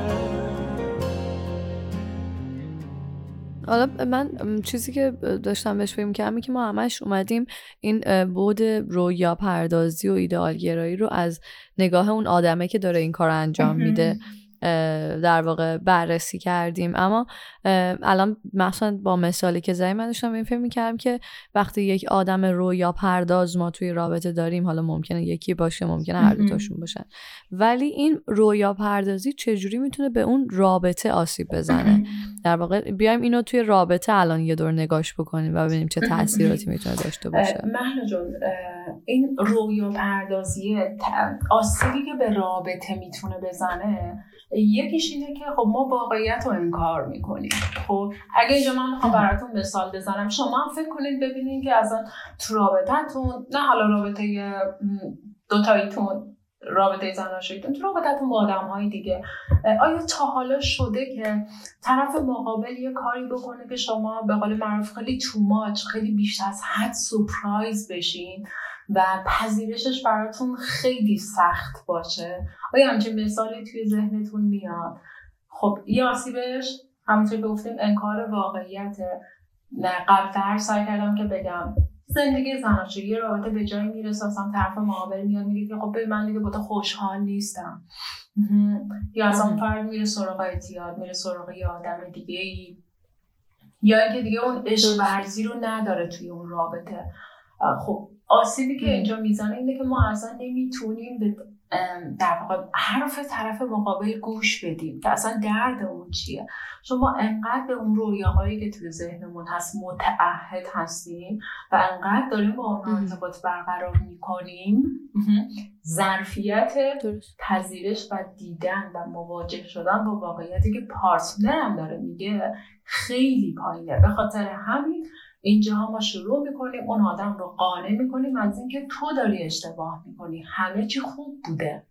حالا من چیزی که داشتم بهش فکر می‌کردم اینه که ما همش اومدیم این بعد رویا پردازی و ایدئال گرایی رو از نگاه اون آدمه که داره این کار انجام میده در واقع بررسی کردیم، اما الان مثلا با مثالی که زدی من داشتم این فکر می‌کردم که وقتی یک آدم رویا پرداز ما توی رابطه داریم، حالا ممکنه یکی باشه ممکنه هر دو تاشون باشن، ولی این رویا پردازی چجوری میتونه به اون رابطه آسیب بزنه؟ در واقع بیایم اینو توی رابطه الان یه دور نگاش بکنیم و ببینیم چه تاثیراتی میتونه داشته باشه. مهلا جون، این رویا پردازی آسیبی که به رابطه میتونه بزنه، یکیش اینه که خب ما واقعیت رو انکار میکنیم. خب اگه اینجا من میخوام براتون مثال بزنم، شما هم فکر کنید ببینید که اصلا تو رابطتون، نه حالا رابطه دوتاییتون، رابطه زناشوییتون، تو رابطتون با آدم‌های دیگه، آیا تا حالا شده که طرف مقابل یه کاری بکنه که شما به قول معروف خیلی تو ماچ، خیلی بیشتر از حد سورپرایز بشین و پذیرشش براتون خیلی سخت باشه؟ آیا همچین مثالی توی ذهنتون میاد؟ خب یه آسیبش همونطور که گفتیم انکار واقعیته. نه قبل‌تر سعی کردم که بگم زندگی زناشویی رابطه به جایی میرسه اصلا طرف مقابل میاد میگه که خب من دیگه با تو خوشحال نیستم، یا اصلا فرد میره سراغ اعتیاد، میره سراغ یه آدم دیگه ای، یا اینکه دیگه اون عشق ورزی رو نداره توی اون رابطه. خب آسیبی که اینجا میزنه اینه که ما اصلا نمیتونیم به در واقع حرف طرف مقابل گوش بدیم که اصلا درد اون چیه. شما انقدر به اون رویاهایی که توی ذهنمون هست متعهد هستیم و انقدر داریم با اون ارتباط برقرار میکنیم، ظرفیت پذیرش و دیدن و مواجه شدن با واقعیتی که پارتنرم داره میگه خیلی پایینه. به خاطر همین اینجا ما شروع میکنیم اون آدم رو قانع میکنیم از اینکه تو داری اشتباه میکنی، همه چی خوب بوده،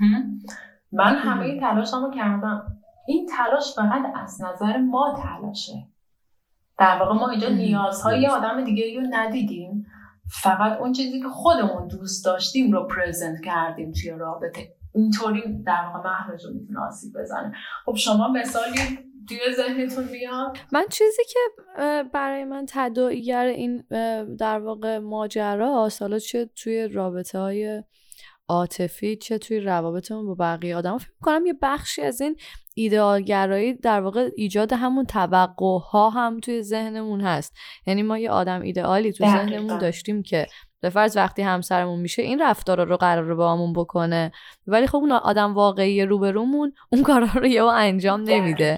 من همه این تلاشمو کردم. این تلاش فقط از نظر ما تلاشه. در واقع ما اینجا نیازهای یه آدم دیگه رو ندیدیم، فقط اون چیزی که خودمون دوست داشتیم رو پرزنت کردیم توی رابطه. اینطوری در واقع محرج رو میتونه آسیب بزنه. خب شما مثالی توی ذهنتون میاد؟ من چیزی که برای من تداعیگر این در واقع ماجرا، حالا چه توی رابطه های عاطفی چه توی روابطمون با بقیه آدم، فکر می‌کنم یه بخشی از این ایدئالگرایی در واقع ایجاد همون توقع‌ها هم توی ذهنمون هست. یعنی ما یه آدم ایدئالی تو ذهنمون داشتیم که به فرض وقتی همسرمون میشه این رفتارا رو قراره با همون بکنه، ولی خب اون آدم واقعی روبرومون اون کارا رو یهو انجام نمیده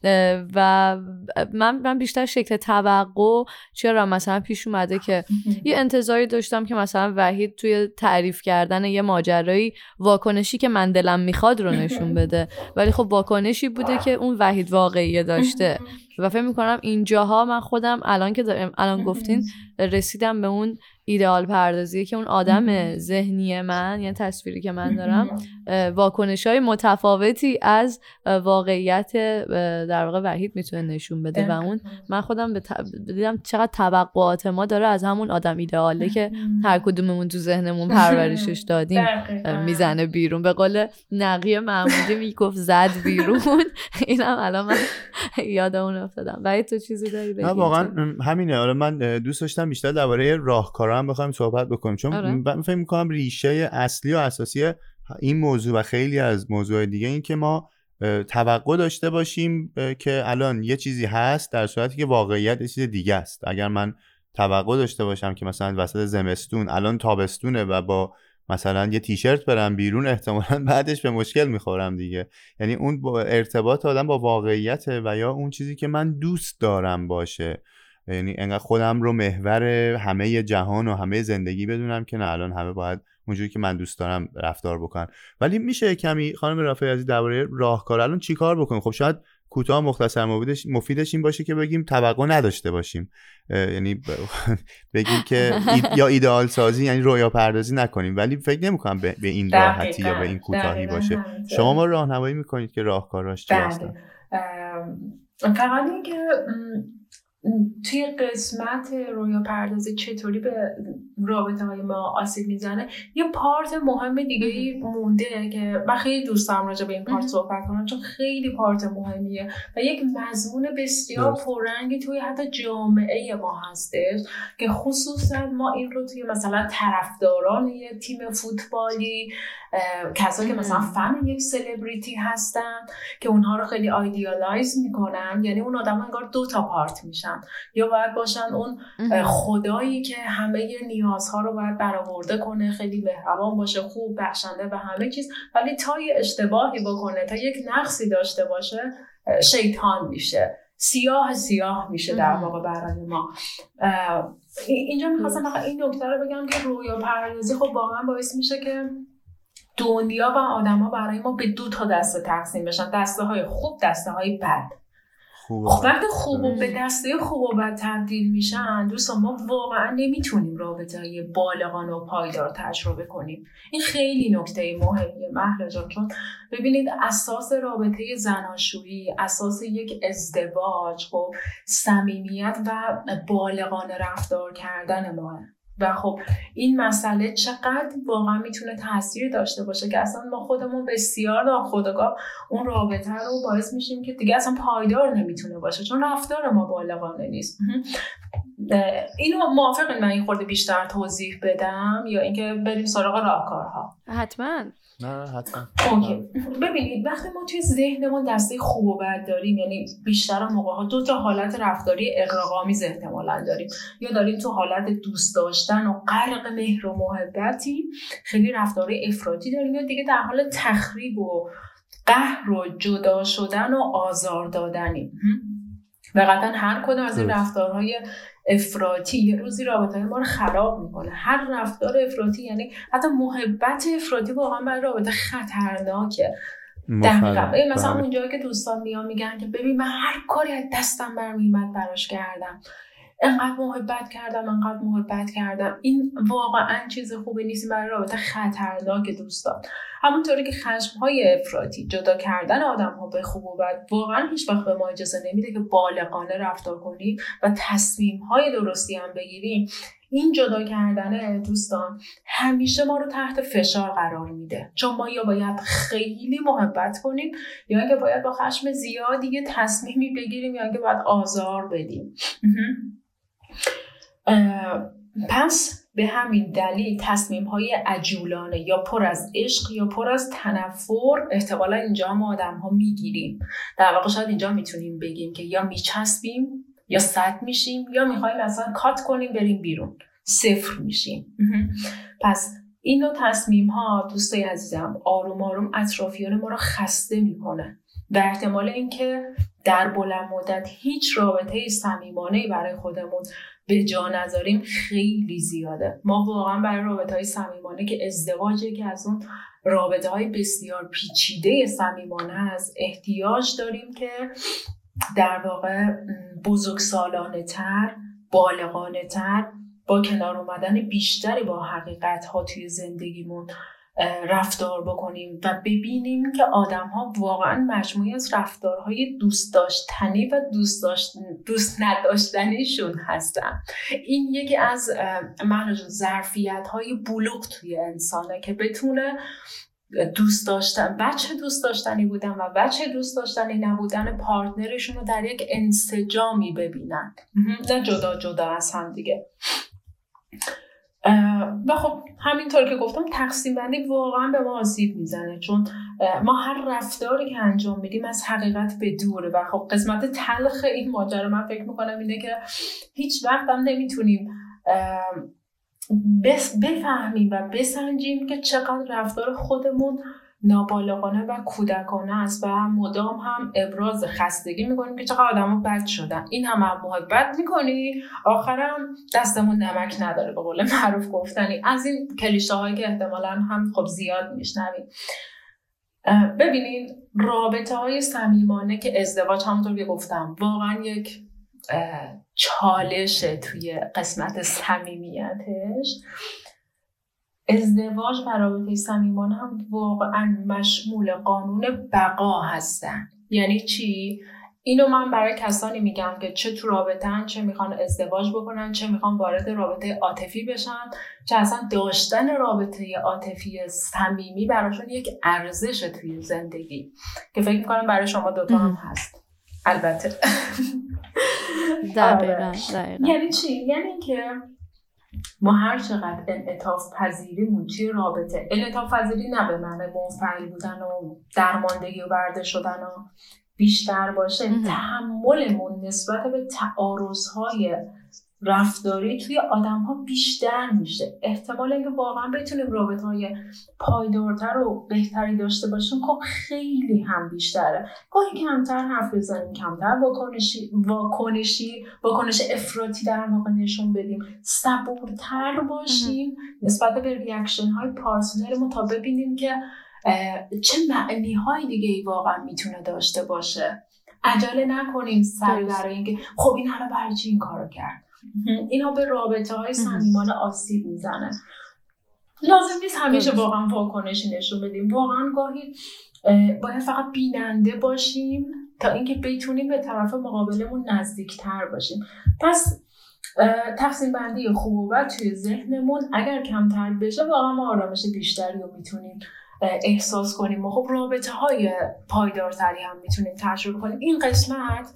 و من من بیشتر شکل توقع چرا مثلا پیش اومده که یه انتظاری داشتم که مثلا وحید توی تعریف کردن یه ماجرایی واکنشی که من دلم میخواد رو نشون بده، ولی خب واکنشی بوده که اون وحید واقعی داشته و فکر میکنم اینجاها من خودم الان که دارم الان گفتین رسیدم به اون ایدئال پردازیه که اون آدم ذهنی من، یعنی تصویری که من دارم، واکنش‌های متفاوتی از واقعیت در واقع وحید میتونه نشون بده و اون من خودم به دیدم چقدر توقعات ما داره از همون آدم ایدئاله که هر کدوممون تو ذهنمون پرورشش دادیم میزنه بیرون. به قول نقی محمودی میگفت زد بیرون. اینم الان من یادمون افتادم. وحید تو چیزی داری بگی؟ نه واقعا همینه. آره من دوست داشتم بیشتر درباره راهکارا هم بخوایم صحبت بکنیم، چون آره. من فکر می‌کنم ریشه اصلی و اساسی این موضوع و خیلی از موضوعات دیگه این که ما توقع داشته باشیم که الان یه چیزی هست در صورتی که واقعیت یه چیز دیگه است. اگر من توقع داشته باشم که مثلا وسط زمستون الان تابستونه و با مثلا یه تیشرت برم بیرون، احتمالاً بعدش به مشکل میخورم دیگه. یعنی اون با ارتباط آدم با واقعیت و یا اون چیزی که من دوست دارم باشه، یعنی انقدر خودم رو محور همه جهان و همه زندگی بدونم که نه الان همه باید اونجوری که من دوست دارم رفتار بکنن. ولی میشه کمی خانم رافعی عزیز درباره راهکار الان چیکار بکنیم؟ خب شاید کوتاه مختصر مفیدش مفیدش این باشه که بگیم توقع نداشته باشیم، یعنی بگیم که اید یا ایدئال سازی یعنی رویا پردازی نکنیم، ولی فکر نمی‌کنم به این راحتی یا به این کوتاهی باشه. شما ما راهنمایی میکنید که راهکاراش چی هستن؟ فقط این که توی قسمت رویا پردازی چطوری به رابطه های ما آسیب میزنه، یه پارت مهم دیگه مونده که من خیلی دوست دارم راجع به این پارت صحبت کنم، چون خیلی پارت مهمیه و یک مضمون بسیار پررنگی توی حتی جامعه ما هستش که خصوصا ما این رو توی مثلا طرفداران یه تیم فوتبالی، کسایی که مثلا فن یک سلبریتی هستن که اونها رو خیلی آیدیالایز میکنن، یعنی اون آدم انگار دو تا پارت میشن، یا باید باشن اون خدایی که همه نیازها رو باید برآورده کنه، خیلی مهربان باشه، خوب، بخشنده و همه چیز، ولی تا یه اشتباهی بکنه، تا یک نقصی داشته باشه، شیطان میشه، سیاه سیاه میشه در واقع برای ما. اینجا میخواستم این نکته رو بگم که رویا پردازی خب واقعا باعث میشه که دنیا و آدما برای ما به دو تا دسته تقسیم بشن، دسته های خوب، دسته های بد. وقتی خوب و به دسته خوب و بد تبدیل میشن، دوستان ما واقعا نمیتونیم رابطه های بالغانه و پایدار تجربه کنیم. این خیلی نکته مهمیه مهلا جان، چون ببینید اساس رابطه زناشویی، اساس یک ازدواج خب صمیمیت و بالغانه رفتار کردن ماه. و خب این مسئله چقدر واقعا میتونه تاثیر داشته باشه که اصلا ما خودمون بسیار ناخودآگاه اون رابطه رو باعث میشیم که دیگه اصلا پایدار نمیتونه باشه، چون رفتار ما بالغانه نیست. اینو موافقین من این خورده بیشتر توضیح بدم یا اینکه بریم سراغ راهکارها؟ حتما. نه حتما. اوکی. ببینید وقتی ما توی ذهنمون دسته خوب و بد داریم، یعنی بیشتر موقع‌ها دو تا حالت رفتاری اغراق‌آمیز احتمالاً داریم، یا داریم تو حالت دوست داشتن و غرق مهر و محبتی، خیلی رفتارهای افراطی داریم، یا دیگه در حال تخریب و قهر و جدا شدن و آزار دادنیم. و قطعا هر کدوم از این رفتارهای افراطی یه روزی رابطه ما رو خراب میکنه. هر رفتار افراطی، یعنی حتی محبت افراطی، واقعا برای رابطه خطرناکه. دقیقا مثلا اونجایی که دوستان میان میگن که ببین من هر کاری از دستم برمیومد براش کردم، انقدر محبت کردم انقدر محبت کردم، این واقعا چیز خوبی نیست، برای رابطه خطرناکه دوستان. همونطوری که خشم‌های افراطی، جدا کردن آدم‌ها به خوب و بد، واقعا هیچ وقت به ما اجازه نمیده که بالغانه رفتار کنیم و تصمیم‌های درستی هم بگیریم. این جدا کردن دوستان همیشه ما رو تحت فشار قرار میده، چون ما یا باید خیلی محبت کنیم، یا اینکه باید با خشم زیادی یه تصمیمی بگیریم، یا اینکه باید آزار بدیم. پس به همین دلیل تصمیم‌های عجولانه یا پر از عشق یا پر از تنفر احتمالاً اینجا ما آدم‌ها میگیریم. در واقع شاید اینجا میتونیم بگیم که یا میچسبیم یا سد میشیم، یا میخوایم اصلا کات کنیم بریم بیرون، صفر میشیم. پس این نوع تصمیم ها دوستای عزیزم آروم آروم اطرافیان ما رو خسته میکنه و احتمال اینکه در بلند مدت هیچ رابطه صمیمانه‌ای برای خودمون به جا نذاریم خیلی زیاده. ما واقعا برای رابطه‌های صمیمانه که ازدواجه که از اون رابطه‌های بسیار پیچیده صمیمانه هست احتیاج داریم که در واقع بزرگسالانه تر، بالغانه تر، با کنار اومدن بیشتری با حقیقت ها توی زندگیمون رفتار بکنیم و ببینیم که آدم ها واقعا مجموعی از رفتارهای دوست داشتنی و دوست, داشت... دوست نداشتنیشون هستن. این یکی از ظرفیت های بلوغ توی انسانه که بتونه دوست داشتن، بچه دوست داشتنی بودن و بچه دوست داشتنی نبودن پارتنرشون رو در یک انسجامی ببینن، نه جدا جدا از هم دیگه. و خب همینطور که گفتم تقسیم بندی واقعا به ما آسیب میزنه، چون ما هر رفتاری که انجام میدیم از حقیقت به دوره و خب قسمت تلخ این ماجرا من فکر میکنم اینه که هیچ وقت هم نمیتونیم بفهمیم و بسنجیم که چقدر رفتار خودمون نابالغانه و کودکانه است و هم مدام هم ابراز خستگی میکنیم که چقدر آدم ها بد شدن. این هم هم محبت میکنی آخرم دستمون نمک نداره به قول معروف گفتنی. از این کلیشه هایی که احتمالاً هم خب زیاد میشنویم. ببینین رابطه های صمیمانه که ازدواج همونطور که گفتم واقعا یک چالشه توی قسمت صمیمیتش. ازدواج و رابطه صمیمانه هم واقعا مشمول قانون بقا هستن. یعنی چی؟ اینو من برای کسانی میگم که چه تو رابطه‌ان، چه میخوان ازدواج بکنن، چه میخوان وارد رابطه عاطفی بشن، چه اصلا داشتن رابطه عاطفی صمیمی براشون یک ارزشه توی زندگی که فکر میکنم برای شما دوتا هم هست. البته دقیقاً دقیقاً. یعنی چی؟ یعنی که ما هر چقدر انعطاف پذیریمون توی رابطه، انعطاف پذیری نه به معنی منفعل بودن و درماندگی و برده شدن و بیشتر باشه، تحملمون نسبت به تعارض‌های رفتاری توی آدم‌ها بیشتر میشه. احتمال اینکه واقعا بتونیم رابطه‌های پایدارتر و بهتری داشته باشیم خب خیلی هم بیشتره. گاهی کمتر حرف بزنیم، کمتر واکنشی واکنشی واکنش افراطی در واقع نشون بدیم، صبورتر باشیم نسبت به ریاکشن‌های پارتنرمون تا ببینیم که چه معنی‌های دیگه‌ای واقعا میتونه داشته باشه. عجله نکنیم سری برای اینکه خب این حالا برای چی این کارو کرد. اینا به رابطه‌های صمیمانه آسیب میزنه. لازم نیست همیشه واقعا واکنشی نشون بدیم. واقعا گاهی باید فقط بیننده باشیم تا اینکه بتونیم به طرف مقابلمون نزدیکتر باشیم. پس تقسیم بندی خوب و بد توی ذهنمون اگر کمتر بشه واقعا ما آرامش بیشتری رو میتونیم احساس کنیم و خب رابطه های پایدارتری هم میتونیم تجربه کنیم. این قسمت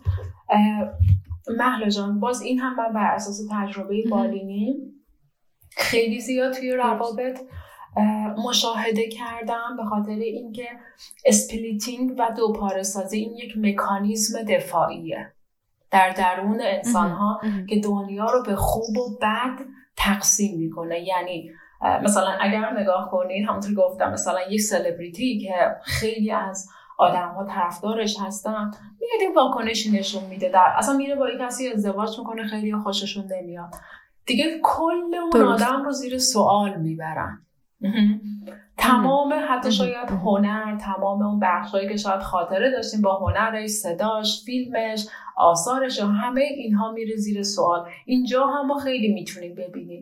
مهلا جان باز این هم من بر اساس تجربه بالینی خیلی زیاد توی روابط مشاهده کردم، به خاطر اینکه اسپلیتینگ و دوپاره سازی این یک مکانیزم دفاعیه در درون انسان ها که دنیا رو به خوب و بد تقسیم میکنه. یعنی مثلا اگر نگاه کنین همونطور گفتم مثلا یک سلبریتی که خیلی از آدم ها طرفدارش هستن میاد این واکنشی نشون میده، در اصلا میره با یک کسی ازدواج میکنه خیلی خوششون نمیاد دیگه، کل اون آدم رو زیر سوال میبرن. تمام حتی شاید هنر، تمام اون بخشایی که شاید خاطره داشتیم با هنرش، صداش، فیلمش، آثارش، همه اینها میره زیر سوال. اینجا هم ما خیلی میتونیم ببینیم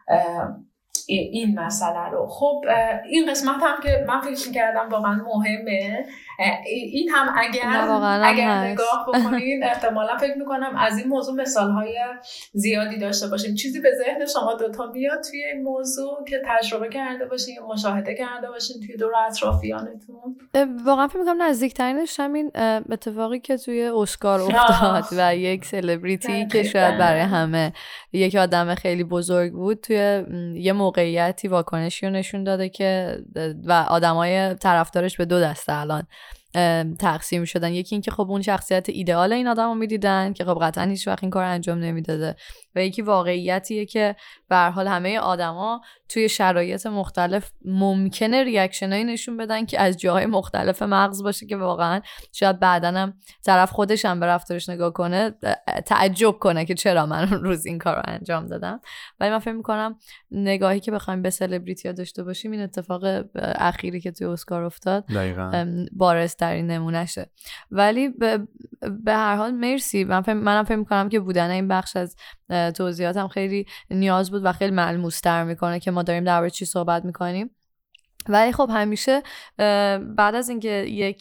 این مسئله رو. خب این قسمت هم که من فکر می‌کردم واقعا مهمه، این هم اگر اگر نگاه بکنین احتمالا فکر می‌کنم از این موضوع مثال‌های زیادی داشته باشیم. چیزی به ذهن شما دوتا میاد توی این موضوع که تجربه کرده باشین یا مشاهده کرده باشین توی دور اطرافیانتون؟ واقعا فکر می‌کنم نزدیک‌ترینش همین اتفاقی که توی اسکار افتاد و یک سلبریتی که شاید برای همه یک آدم خیلی بزرگ بود توی یه موقعیتی واکنشی رو نشون داده که و آدمای طرفدارش به دو دسته الان تقسیم شدن. یکی این که خب اون شخصیت ایدئال این آدمو میدیدن که خب قطعا هیچ وقت این کار انجام نمیداده، و یکی واقعیتیه که به هر حال همه آدما توی شرایط مختلف ممکنه ریاکشنایی نشون بدن که از جاهای مختلف مغز باشه که واقعا شاید بعدن هم طرف خودش هم به رفتارش نگاه کنه تعجب کنه که چرا من اون روز این کارو انجام دادم. ولی من فکر می‌کنم نگاهی که بخوایم به سلبریتی‌ها داشته باشیم این اتفاق اخیری که توی اسکار افتاد بارز ترین نمونهشه. ولی به, به هر حال مرسی. من فهم منم فکر می‌کنم که بودن این بخش از توضیحاتم خیلی نیاز بود و خیلی ملموس‌تر میکنه که ما داریم درباره چی صحبت میکنیم. ولی خب همیشه بعد از اینکه یک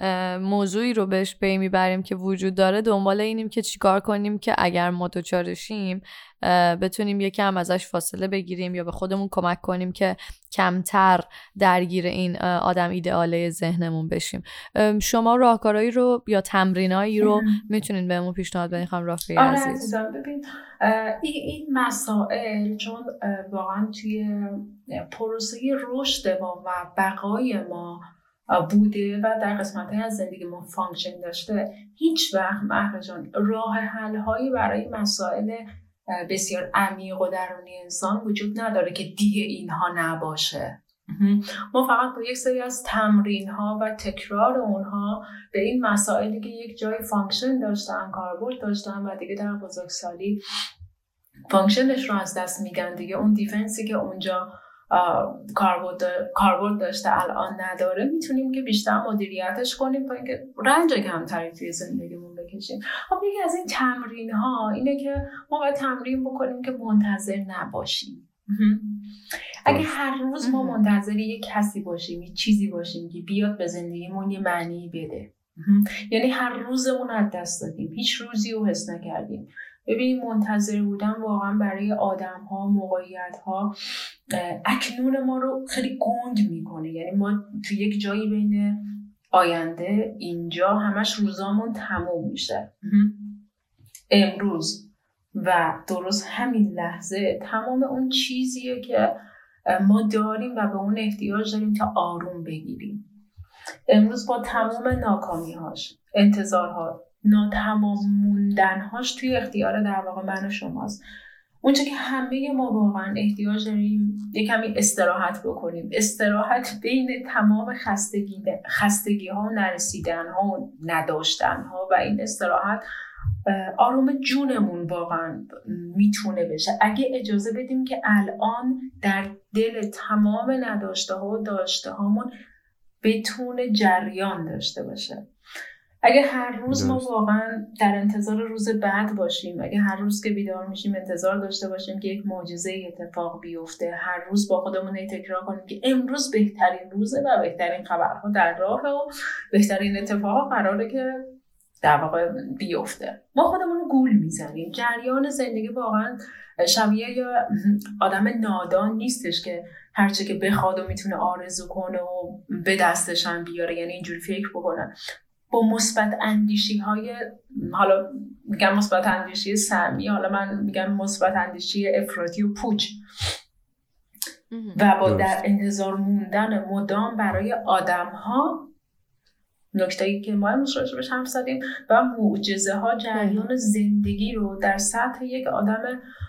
موضوعی رو بهش پی میبریم که وجود داره، دنبال اینیم که چیکار کنیم که اگر ما دچارشیم بتونیم یکم ازش فاصله بگیریم یا به خودمون کمک کنیم که کمتر درگیر این آدم ایدئاله ذهنمون بشیم. شما راهکارهایی رو یا تمرینایی رو میتونین بهمون پیشنهاد بدین خانم رافعی عزیز؟ آره عزیزم، ببین این این مسائل چون واقعا توی پروسه رشد ما و بقای ما بوده و در قسمت‌های از زندگی ما فانکشن داشته، هیچ وقت مهر جان راه حل‌هایی برای مسائل بسیار عمیق و درونی انسان وجود نداره که دیگه اینها نباشه. ما فقط با یک سری از تمرین‌ها و تکرار اونها به این مسائلی که یک جای فانکشن داشتن، کاربرد داشتن و دیگه در بزرگسالی فانکشنش رو از دست میدن، دیگه اون دیفنسی که اونجا کاربرد کاربرد داشته الان نداره، میتونیم که بیشتر مدیریتش کنیم تا اینکه رنج کمتری توی زندگیمون بکشیم. خب یکی از این تمرین ها اینه که ما باید تمرین بکنیم که منتظر نباشیم. اگه هر روز ما منتظر یک کسی باشیم، یک چیزی باشیم که بیاد به زندگیمون یه معنی بده، یعنی هر روزمون از دست دادیم، هیچ روزی رو حس نکردیم. ببین منتظر بودن واقعا برای آدم ها، موقعیت ها اکنون ما رو خیلی گنگ میکنه. یعنی ما تو یک جایی بین آینده اینجا همش روزامون تموم میشه. امروز و درست همین لحظه تمام اون چیزیه که ما داریم و به اون احتیاج داریم تا آروم بگیریم. امروز با تمام ناکامی‌هاش، انتظارها، ناتمام موندن‌هاش توی اختیار در واقع من و شماست. اونچه که همه ما واقعا احتیاج داریم یک کمی استراحت بکنیم، استراحت بین تمام خستگی خستگی‌ها و نرسیدن‌ها و نداشتن‌ها و این استراحت آروم جونمون واقعا میتونه بشه اگه اجازه بدیم که الان در دل تمام نداشته ها و داشته هامون بتونه جریان داشته باشه. اگه هر روز ما واقعا در انتظار روز بعد باشیم، اگه هر روز که بیدار میشیم انتظار داشته باشیم که یک معجزه اتفاق بیفته، هر روز با خودمون تکرار کنیم که امروز بهترین روزه و بهترین خبرها در راهه و بهترین اتفاقا قراره که در واقع بیفته، ما خودمون رو گول میزنیم. جریان زندگی واقعا شبیه یا آدم نادان نیستش که هرچه که بخواد و میتونه آرزو کنه و به دستش هم بیاره، یعنی اینجوری فکر بکنه. با مثبت اندیشی های، حالا میگم مثبت اندیشی سمی، حالا من میگم مثبت اندیشی افراطی و پوچ، و با در انتظار موندن مدام برای آدم ها، نکته‌ای که ما امروز راجبش حرف زدیم، و معجزه ها جریان زندگی رو در سطح یک آدم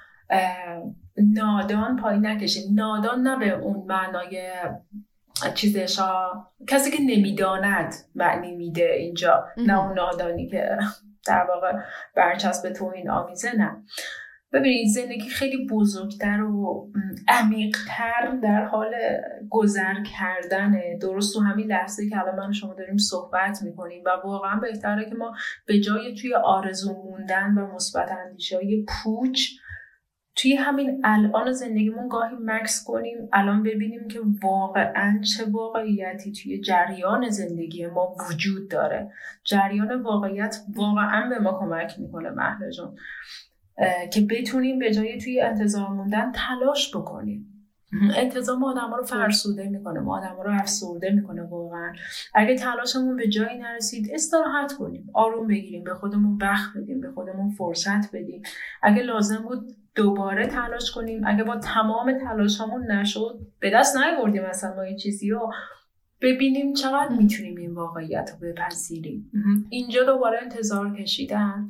نادان پایین نکشیم. نادان نه به اون معنای چیزش ها، کسی که نمیداند معنی میده اینجا، نه اون نادانی که در واقع برچسب توهین آمیزه، نه. ببینید زندگی خیلی بزرگتر و عمیق‌تر در حال گذر کردنه، درست تو همین لحظه که الان من و شما داریم صحبت میکنیم، و واقعا بهتره که ما به جای توی آرزو موندن و مثبت اندیشی‌های پوچ توی همین الان زندگیمون گاهی مکس کنیم، الان ببینیم که واقعا چه واقعیتی توی جریان زندگی ما وجود داره. جریان واقعیت واقعا به ما کمک میکنه مهره جان، که بتونیم به جای توی انتظار موندن تلاش بکنیم. انتظار ما آدم ها رو فرسوده میکنه، ما آدم ها رو افسرده میکنه. واقعا اگه تلاشمون به جایی نرسید استراحت کنیم، آروم بگیریم، به خودمون وقت بدیم، به خودمون فرصت بدیم. اگه لازم بود دوباره تلاش کنیم، اگه با تمام تلاشمون نشد، به دست نیاوردیم مثلا ما یه چیزی رو، ببینیم چقدر میتونیم این واقعیت رو بپذیریم. اینجا دوباره انتظار کشیدن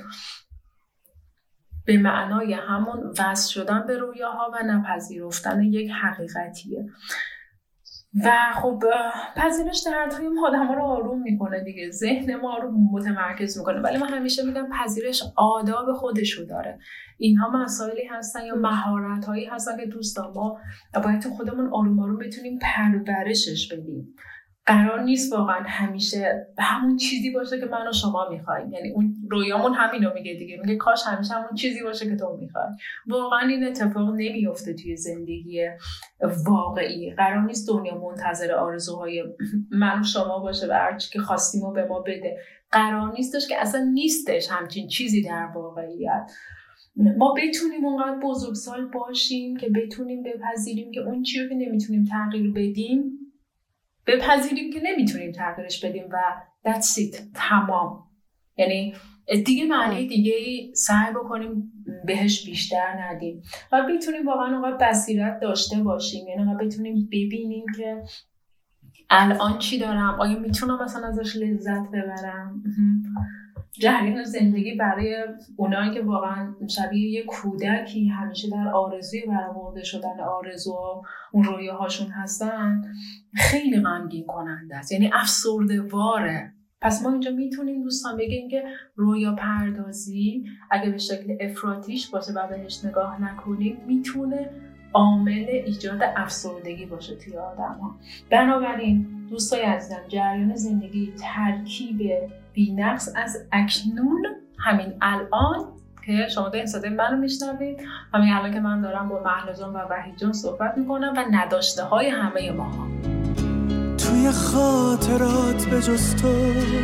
به معنای همون وصل شدن به رویاها و نپذیرفتن یک حقیقتیه. و خب پذیرش در طی آدم ها رو آروم میکنه دیگه، ذهن ما رو متمرکز میکنه. ولی من همیشه میگم پذیرش آداب خودشو داره. اینها مسائلی هستن یا مهارت هایی هستن که دوستان ما باید تو خودمون آروم آروم بتونیم پرورشش بدیم. قرار نیست واقعا همیشه همون چیزی باشه که من و شما میخوایم. یعنی اون رویامون همینو میگه دیگه، میگه کاش همیشه همون چیزی باشه که تو میخوای. واقعا این اتفاق نمیفته توی زندگی واقعی. قرار نیست دنیا منتظر آرزوهای من و شما باشه و هر چی که خواستیم و به ما بده. قرار نیستش که اصلا نیستش همچین چیزی در واقعیت. ما بتونیم اونقدر بزرگسال باشیم که بتونیم بپذیریم که اون چیزی که نمیتونیم تغییر بدیم بپذیریم که نمیتونیم تغییرش بدیم و that's it، تمام. یعنی دیگه معنی دیگه سعی بکنیم بهش بیشتر ندیم و بتونیم واقعا اونقدر بصیرت داشته باشیم، یعنی اونقدر بتونیم ببینیم که الان چی دارم، آیا میتونم مثلا ازش لذت ببرم. جریان زندگی برای اونایی که واقعا شبیه یه کودکی همیشه در آرزوی برآورده شدن آرزو اون رویاهاشون هستن خیلی غمگین کننده است، یعنی افسرده واره. پس ما اینجا میتونیم دوستان بگیم که رویا پردازی اگه به شکل افراطیش باشه و بهش نگاه نکنیم میتونه عامل ایجاد افسردگی باشه توی آدم ها. بنابراین دوستای عزیزم، جریان زندگی ترکیب بی‌نقص از اکنون، همین الان که شما دارین صدای منو میشنوید، همین الان که من دارم با مهلا جان و وحید جان صحبت میکنم و نداشته های همه ما ها. توی خاطرات به جز تو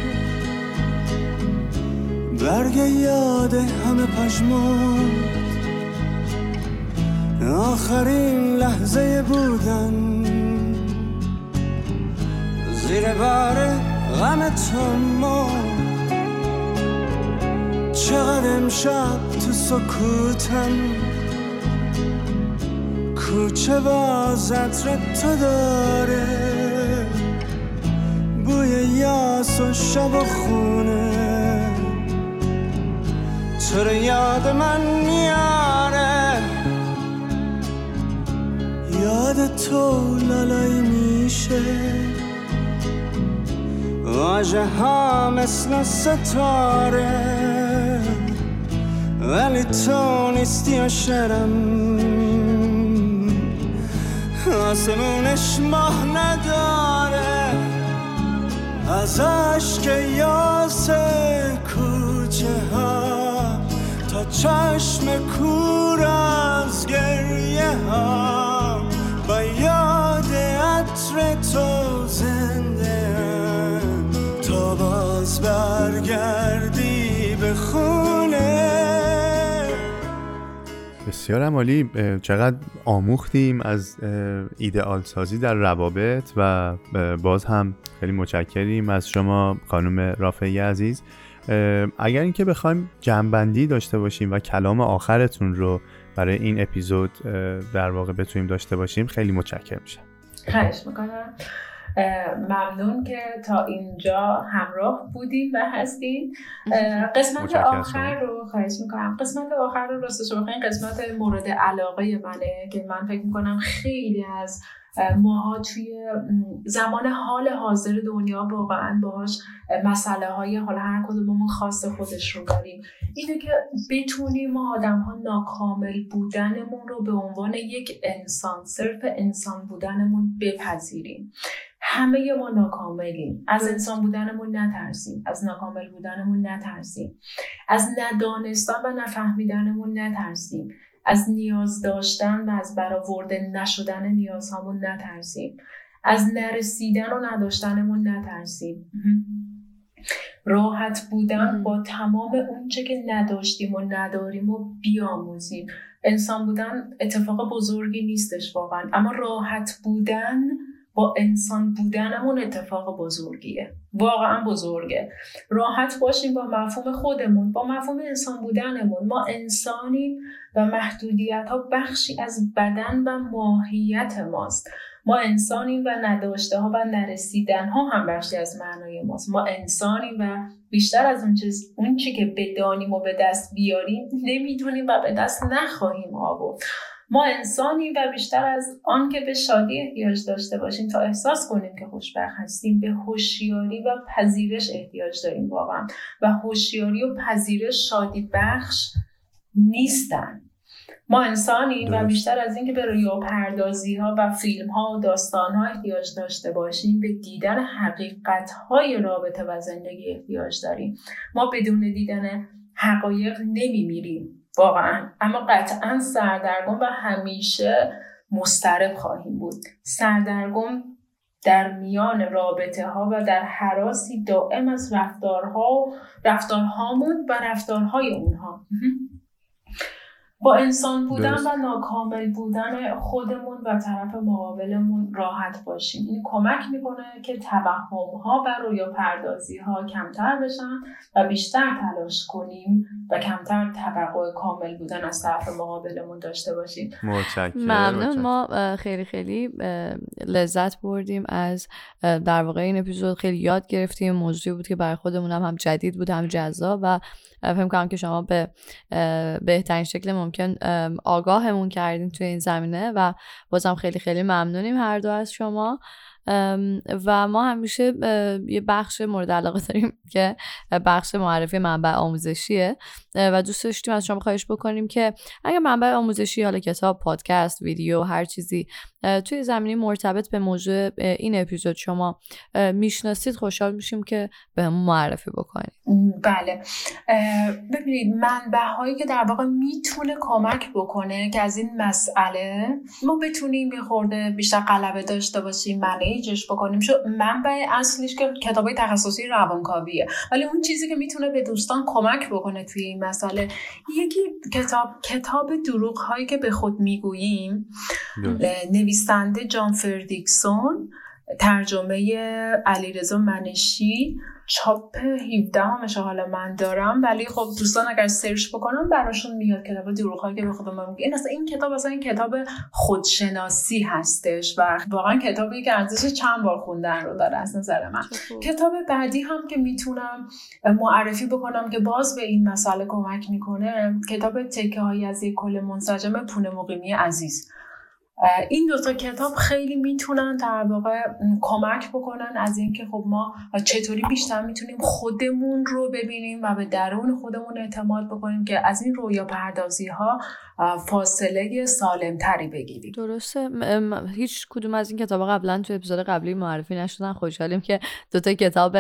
برگ یاد همه پژمرد، آخرین لحظه بودن زیر بار غم تو مرد. چقدر امشب تو سکوتم کوچه باز عطر تو داره، بوی یاس و شب و خونه تو رو یاد من میاره. یاد تو لالایی میشه واژه ها مثل ستاره، ولی تو نیستی و شرم آسمونش ماه نداره. از عشق یاس کوچه ها تا چشم کور از گریه ها، با یاد عطر تو زنده تا باز برگردی به خونه. بسیار عالی. چقدر آموختیم از ایدئال سازی در روابط و باز هم خیلی متشکریم از شما خانم رافعی عزیز. اگر اینکه بخوایم جمع‌بندی داشته باشیم و کلام آخرتون رو برای این اپیزود در واقع بتونیم داشته باشیم خیلی متشکرم میشم. خواهش میکنم. ممنون که تا اینجا همراه بودین و هستین. قسمت آخر رو خواهش میکنم. قسمت آخر رو راستش بخواین قسمت مورد علاقه منه که من فکر میکنم خیلی از ماها توی زمان حال حاضر دنیا واقعا باهاش مسئله های حالا هر کدوممون خاص خودش رو داریم. اینه که بتونیم ما آدم ها ناکامل بودنمون رو به عنوان یک انسان، صرف انسان بودنمون بپذیریم. همه ما ناکاملیم. از انسان بودنمون نترسیم، از ناکامل بودنمون نترسیم، از ندانستن و نفهمیدنمون نترسیم، از نیاز داشتن و از برآورده نشدن نیازهامون نترسیم، از نرسیدن و نداشتنمون نترسیم. راحت بودن با تمام اون چه که نداشتیم و نداریم و بیاموزیم. انسان بودن اتفاق بزرگی نیستش واقعا، اما راحت بودن با انسان بودنمون اتفاق بزرگیه، واقعا بزرگه. راحت باشیم با مفهوم خودمون، با مفهوم انسان بودنمون. ما انسانیم و محدودیت ها بخشی از بدن و ماهیت ماست. ما انسانیم و نداشته ها و نرسیدن ها هم بخشی از معنای ماست. ما انسانیم و بیشتر از اون چیز اون چی که بدانیم و به دست بیاریم نمیدونیم و به دست نخواهیم آورد. ما انسانیم و بیشتر از آن که به شادی احتیاج داشته باشیم تا احساس کنیم که خوشبخت هستیم، به هوشیاری و پذیرش احتیاج داریم واقعا. و هوشیاری و پذیرش شادی بخش نیستن. ما انسانیم درست. و بیشتر از اینکه به رویا پردازی ها و فیلم ها و داستان ها احتیاج داشته باشیم، به دیدن حقیقت های رابطه و زندگی احتیاج داریم. ما بدون دیدن حقایق نمیمیریم واقعا، اما قطعا سردرگم و همیشه مضطرب خواهیم بود. سردرگم در میان رابطه ها و در هراسی دائم از رفتارها رفتارهامون و رفتارهای اونها. با انسان بودن درست. و ناکامل بودن خودمون و طرف مقابلمون راحت باشیم. این کمک میکنه که توهم‌ها و رویا پردازی‌ها کمتر بشن و بیشتر تلاش کنیم و کمتر توقع کامل بودن از طرف مقابلمون داشته باشیم. متشکرم. ممنون. ما خیلی خیلی لذت بردیم از در واقع این اپیزود، خیلی یاد گرفتیم. موضوعی بود که برای خودمون هم, هم جدید بود هم جذاب و فکر کنم که شما به بهترین شکل ممکن آگاهمون کردین توی این زمینه و بازم خیلی خیلی ممنونیم هر دو از شما. و ما همیشه یه بخش مورد علاقه داریم که بخش معرفی منبع آموزشیه و دوست داشتیم از شما خواهش بکنیم که اگر منبع آموزشی، حالا کتاب، پادکست، ویدیو، هر چیزی توی زمینه مرتبط به موضوع این اپیزود شما میشناسید، خوشحال میشیم که بهمون معرفی بکنید. بله، ببینید منبع‌هایی که در واقع میتونه کمک بکنه که از این مسئله ما بتونیم یه خورده بیشتر غلبه داشته باشیم، منیجش بکنیم. شو منبع اصلیش که کتابای تخصصی روانکاویه، ولی اون چیزی که میتونه به دوستان کمک بکنه توی این مسئله، یکی کتاب کتاب دروغ هایی که به خود میگوییم، نویسنده جان فردریکسون، ترجمه علیرضا منشی، چاپ هفده همش حالا من دارم، ولی خب دوستان اگر سرچ بکنم براشون میاد کتاب دروغ‌هایی که به خود ما میگه. این اصلا این کتاب اصلا این کتاب خودشناسی هستش و واقعا کتابی که ارزش چند بار خوندن رو داره از نظر من. کتاب بعدی هم که میتونم معرفی بکنم که باز به این مسئله کمک میکنه، کتاب تکه هایی از یک کل منسجم پونه مقیمی عزیز. این دوتا کتاب خیلی میتونن در واقع کمک بکنن از اینکه خب ما چطوری بیشتر میتونیم خودمون رو ببینیم و به درون خودمون اعتماد بکنیم که از این رویا پردازی ها فاصله سالم تری بگیریم. درسته. هیچ کدوم از این کتابا قبلا تو اپیزود قبلی معرفی نشدن. خوشحالیم که دوتا کتاب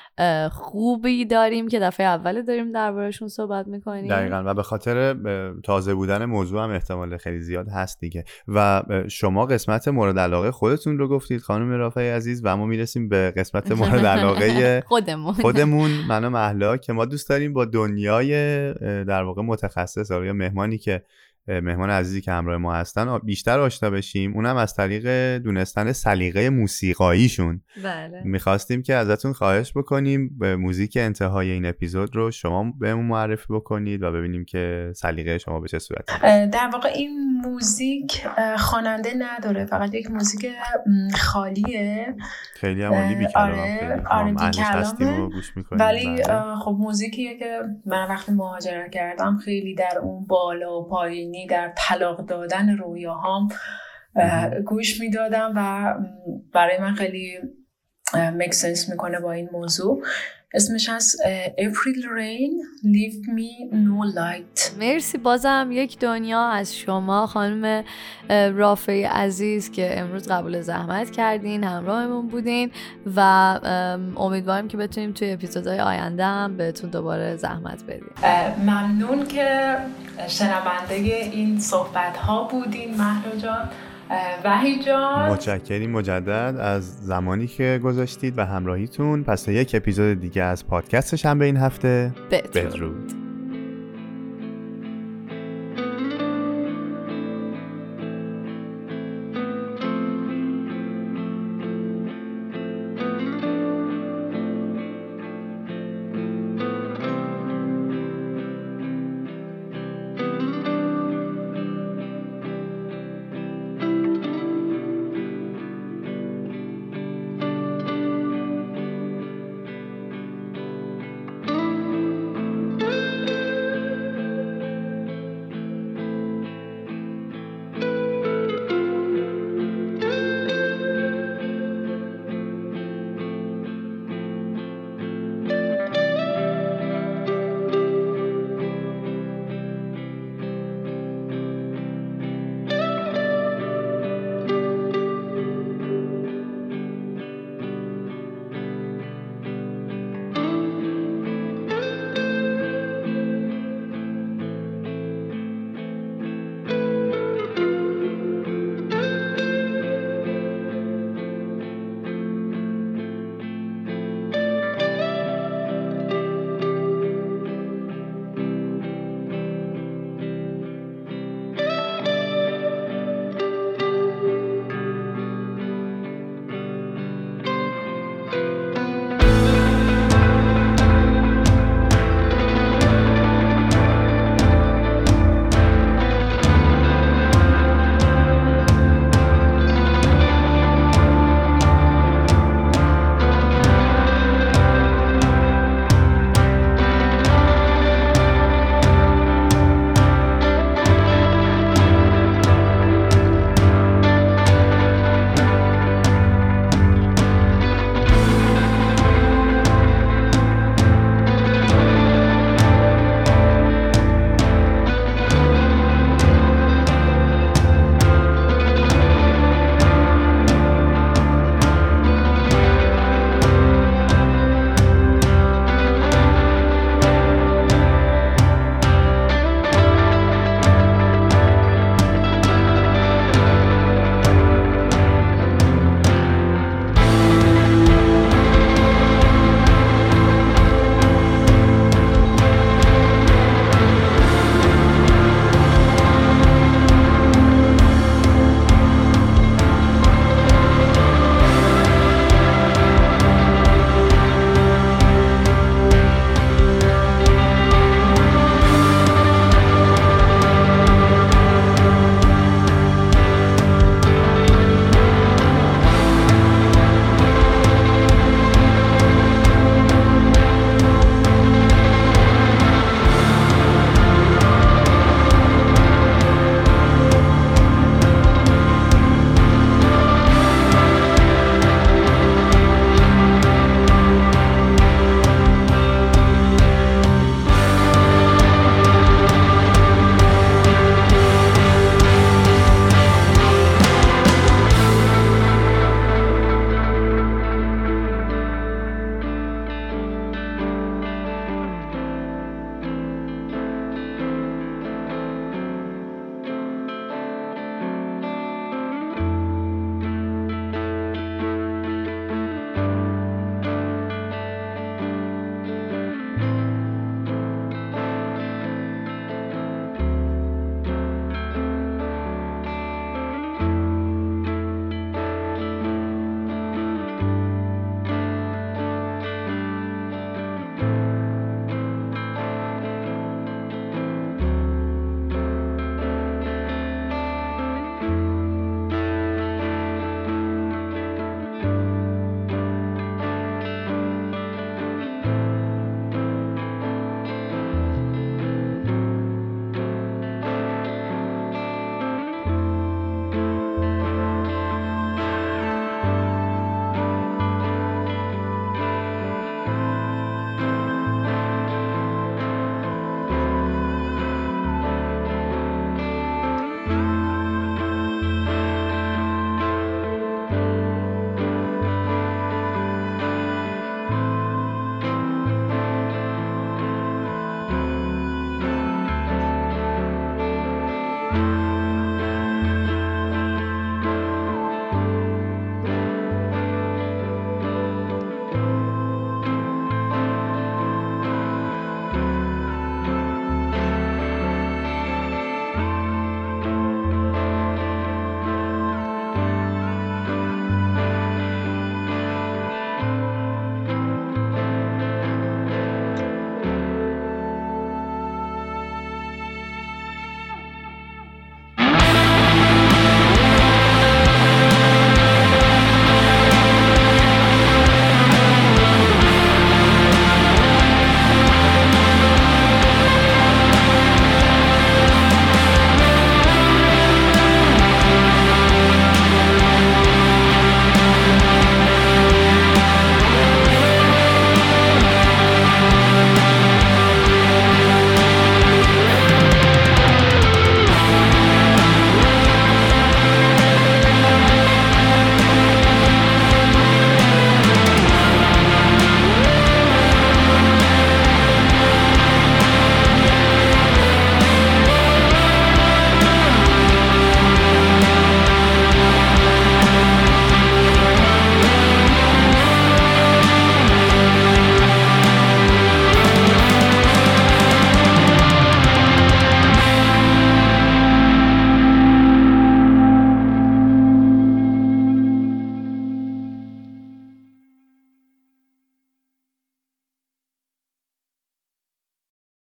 خوبی داریم که دفعه اول داریم دربارشون صحبت میکنیم. دقیقاً، و به خاطر تازه بودن موضوع هم احتمال خیلی زیاد هست دیگه. و شما قسمت مورد علاقه خودتون رو گفتید خانم رافعی عزیز و ما میرسیم به قسمت مورد علاقه خودمون خودمون من و مهلا، که ما دوست داریم با دنیای در واقع متخصص یا مهمانی که مهمان عزیزی که همراه ما هستن بیشتر آشنا بشیم، اونم از طریق دونستن سلیقه موسیقاییشون. بله. میخواستیم که ازتون خواهش بکنیم به موزیک انتهای این اپیزود رو شما بهمون معرفی بکنید و ببینیم که سلیقه شما به چه صورته. در واقع این موزیک خواننده نداره، فقط یک موزیک خالیه. خیلی هم عالی آره آره بی کلامه، ولی بله. خب موزیکیه که من وقتی مهاجرت کردم خیلی در اون بالا و پایینی در طلاق دادن رویاهام گوش میدادم و برای من خیلی میک سنس میکنه با این موضوع. اسمش از April Rain Leave Me No Light. مرسی بازم یک دنیا از شما خانم رافعی عزیز که امروز قبول زحمت کردین، همراهمون بودین و امیدواریم که بتونیم توی اپیزودهای آینده هم بهتون دوباره زحمت بدیم. ممنون که شنونده این صحبت ها بودین مهلا جان. وحید جان متشکریم مجدد از زمانی که گذاشتید و همراهیتون. پس تا یک اپیزود دیگه از پادکست شنبه این هفته، بدرود. بدرود.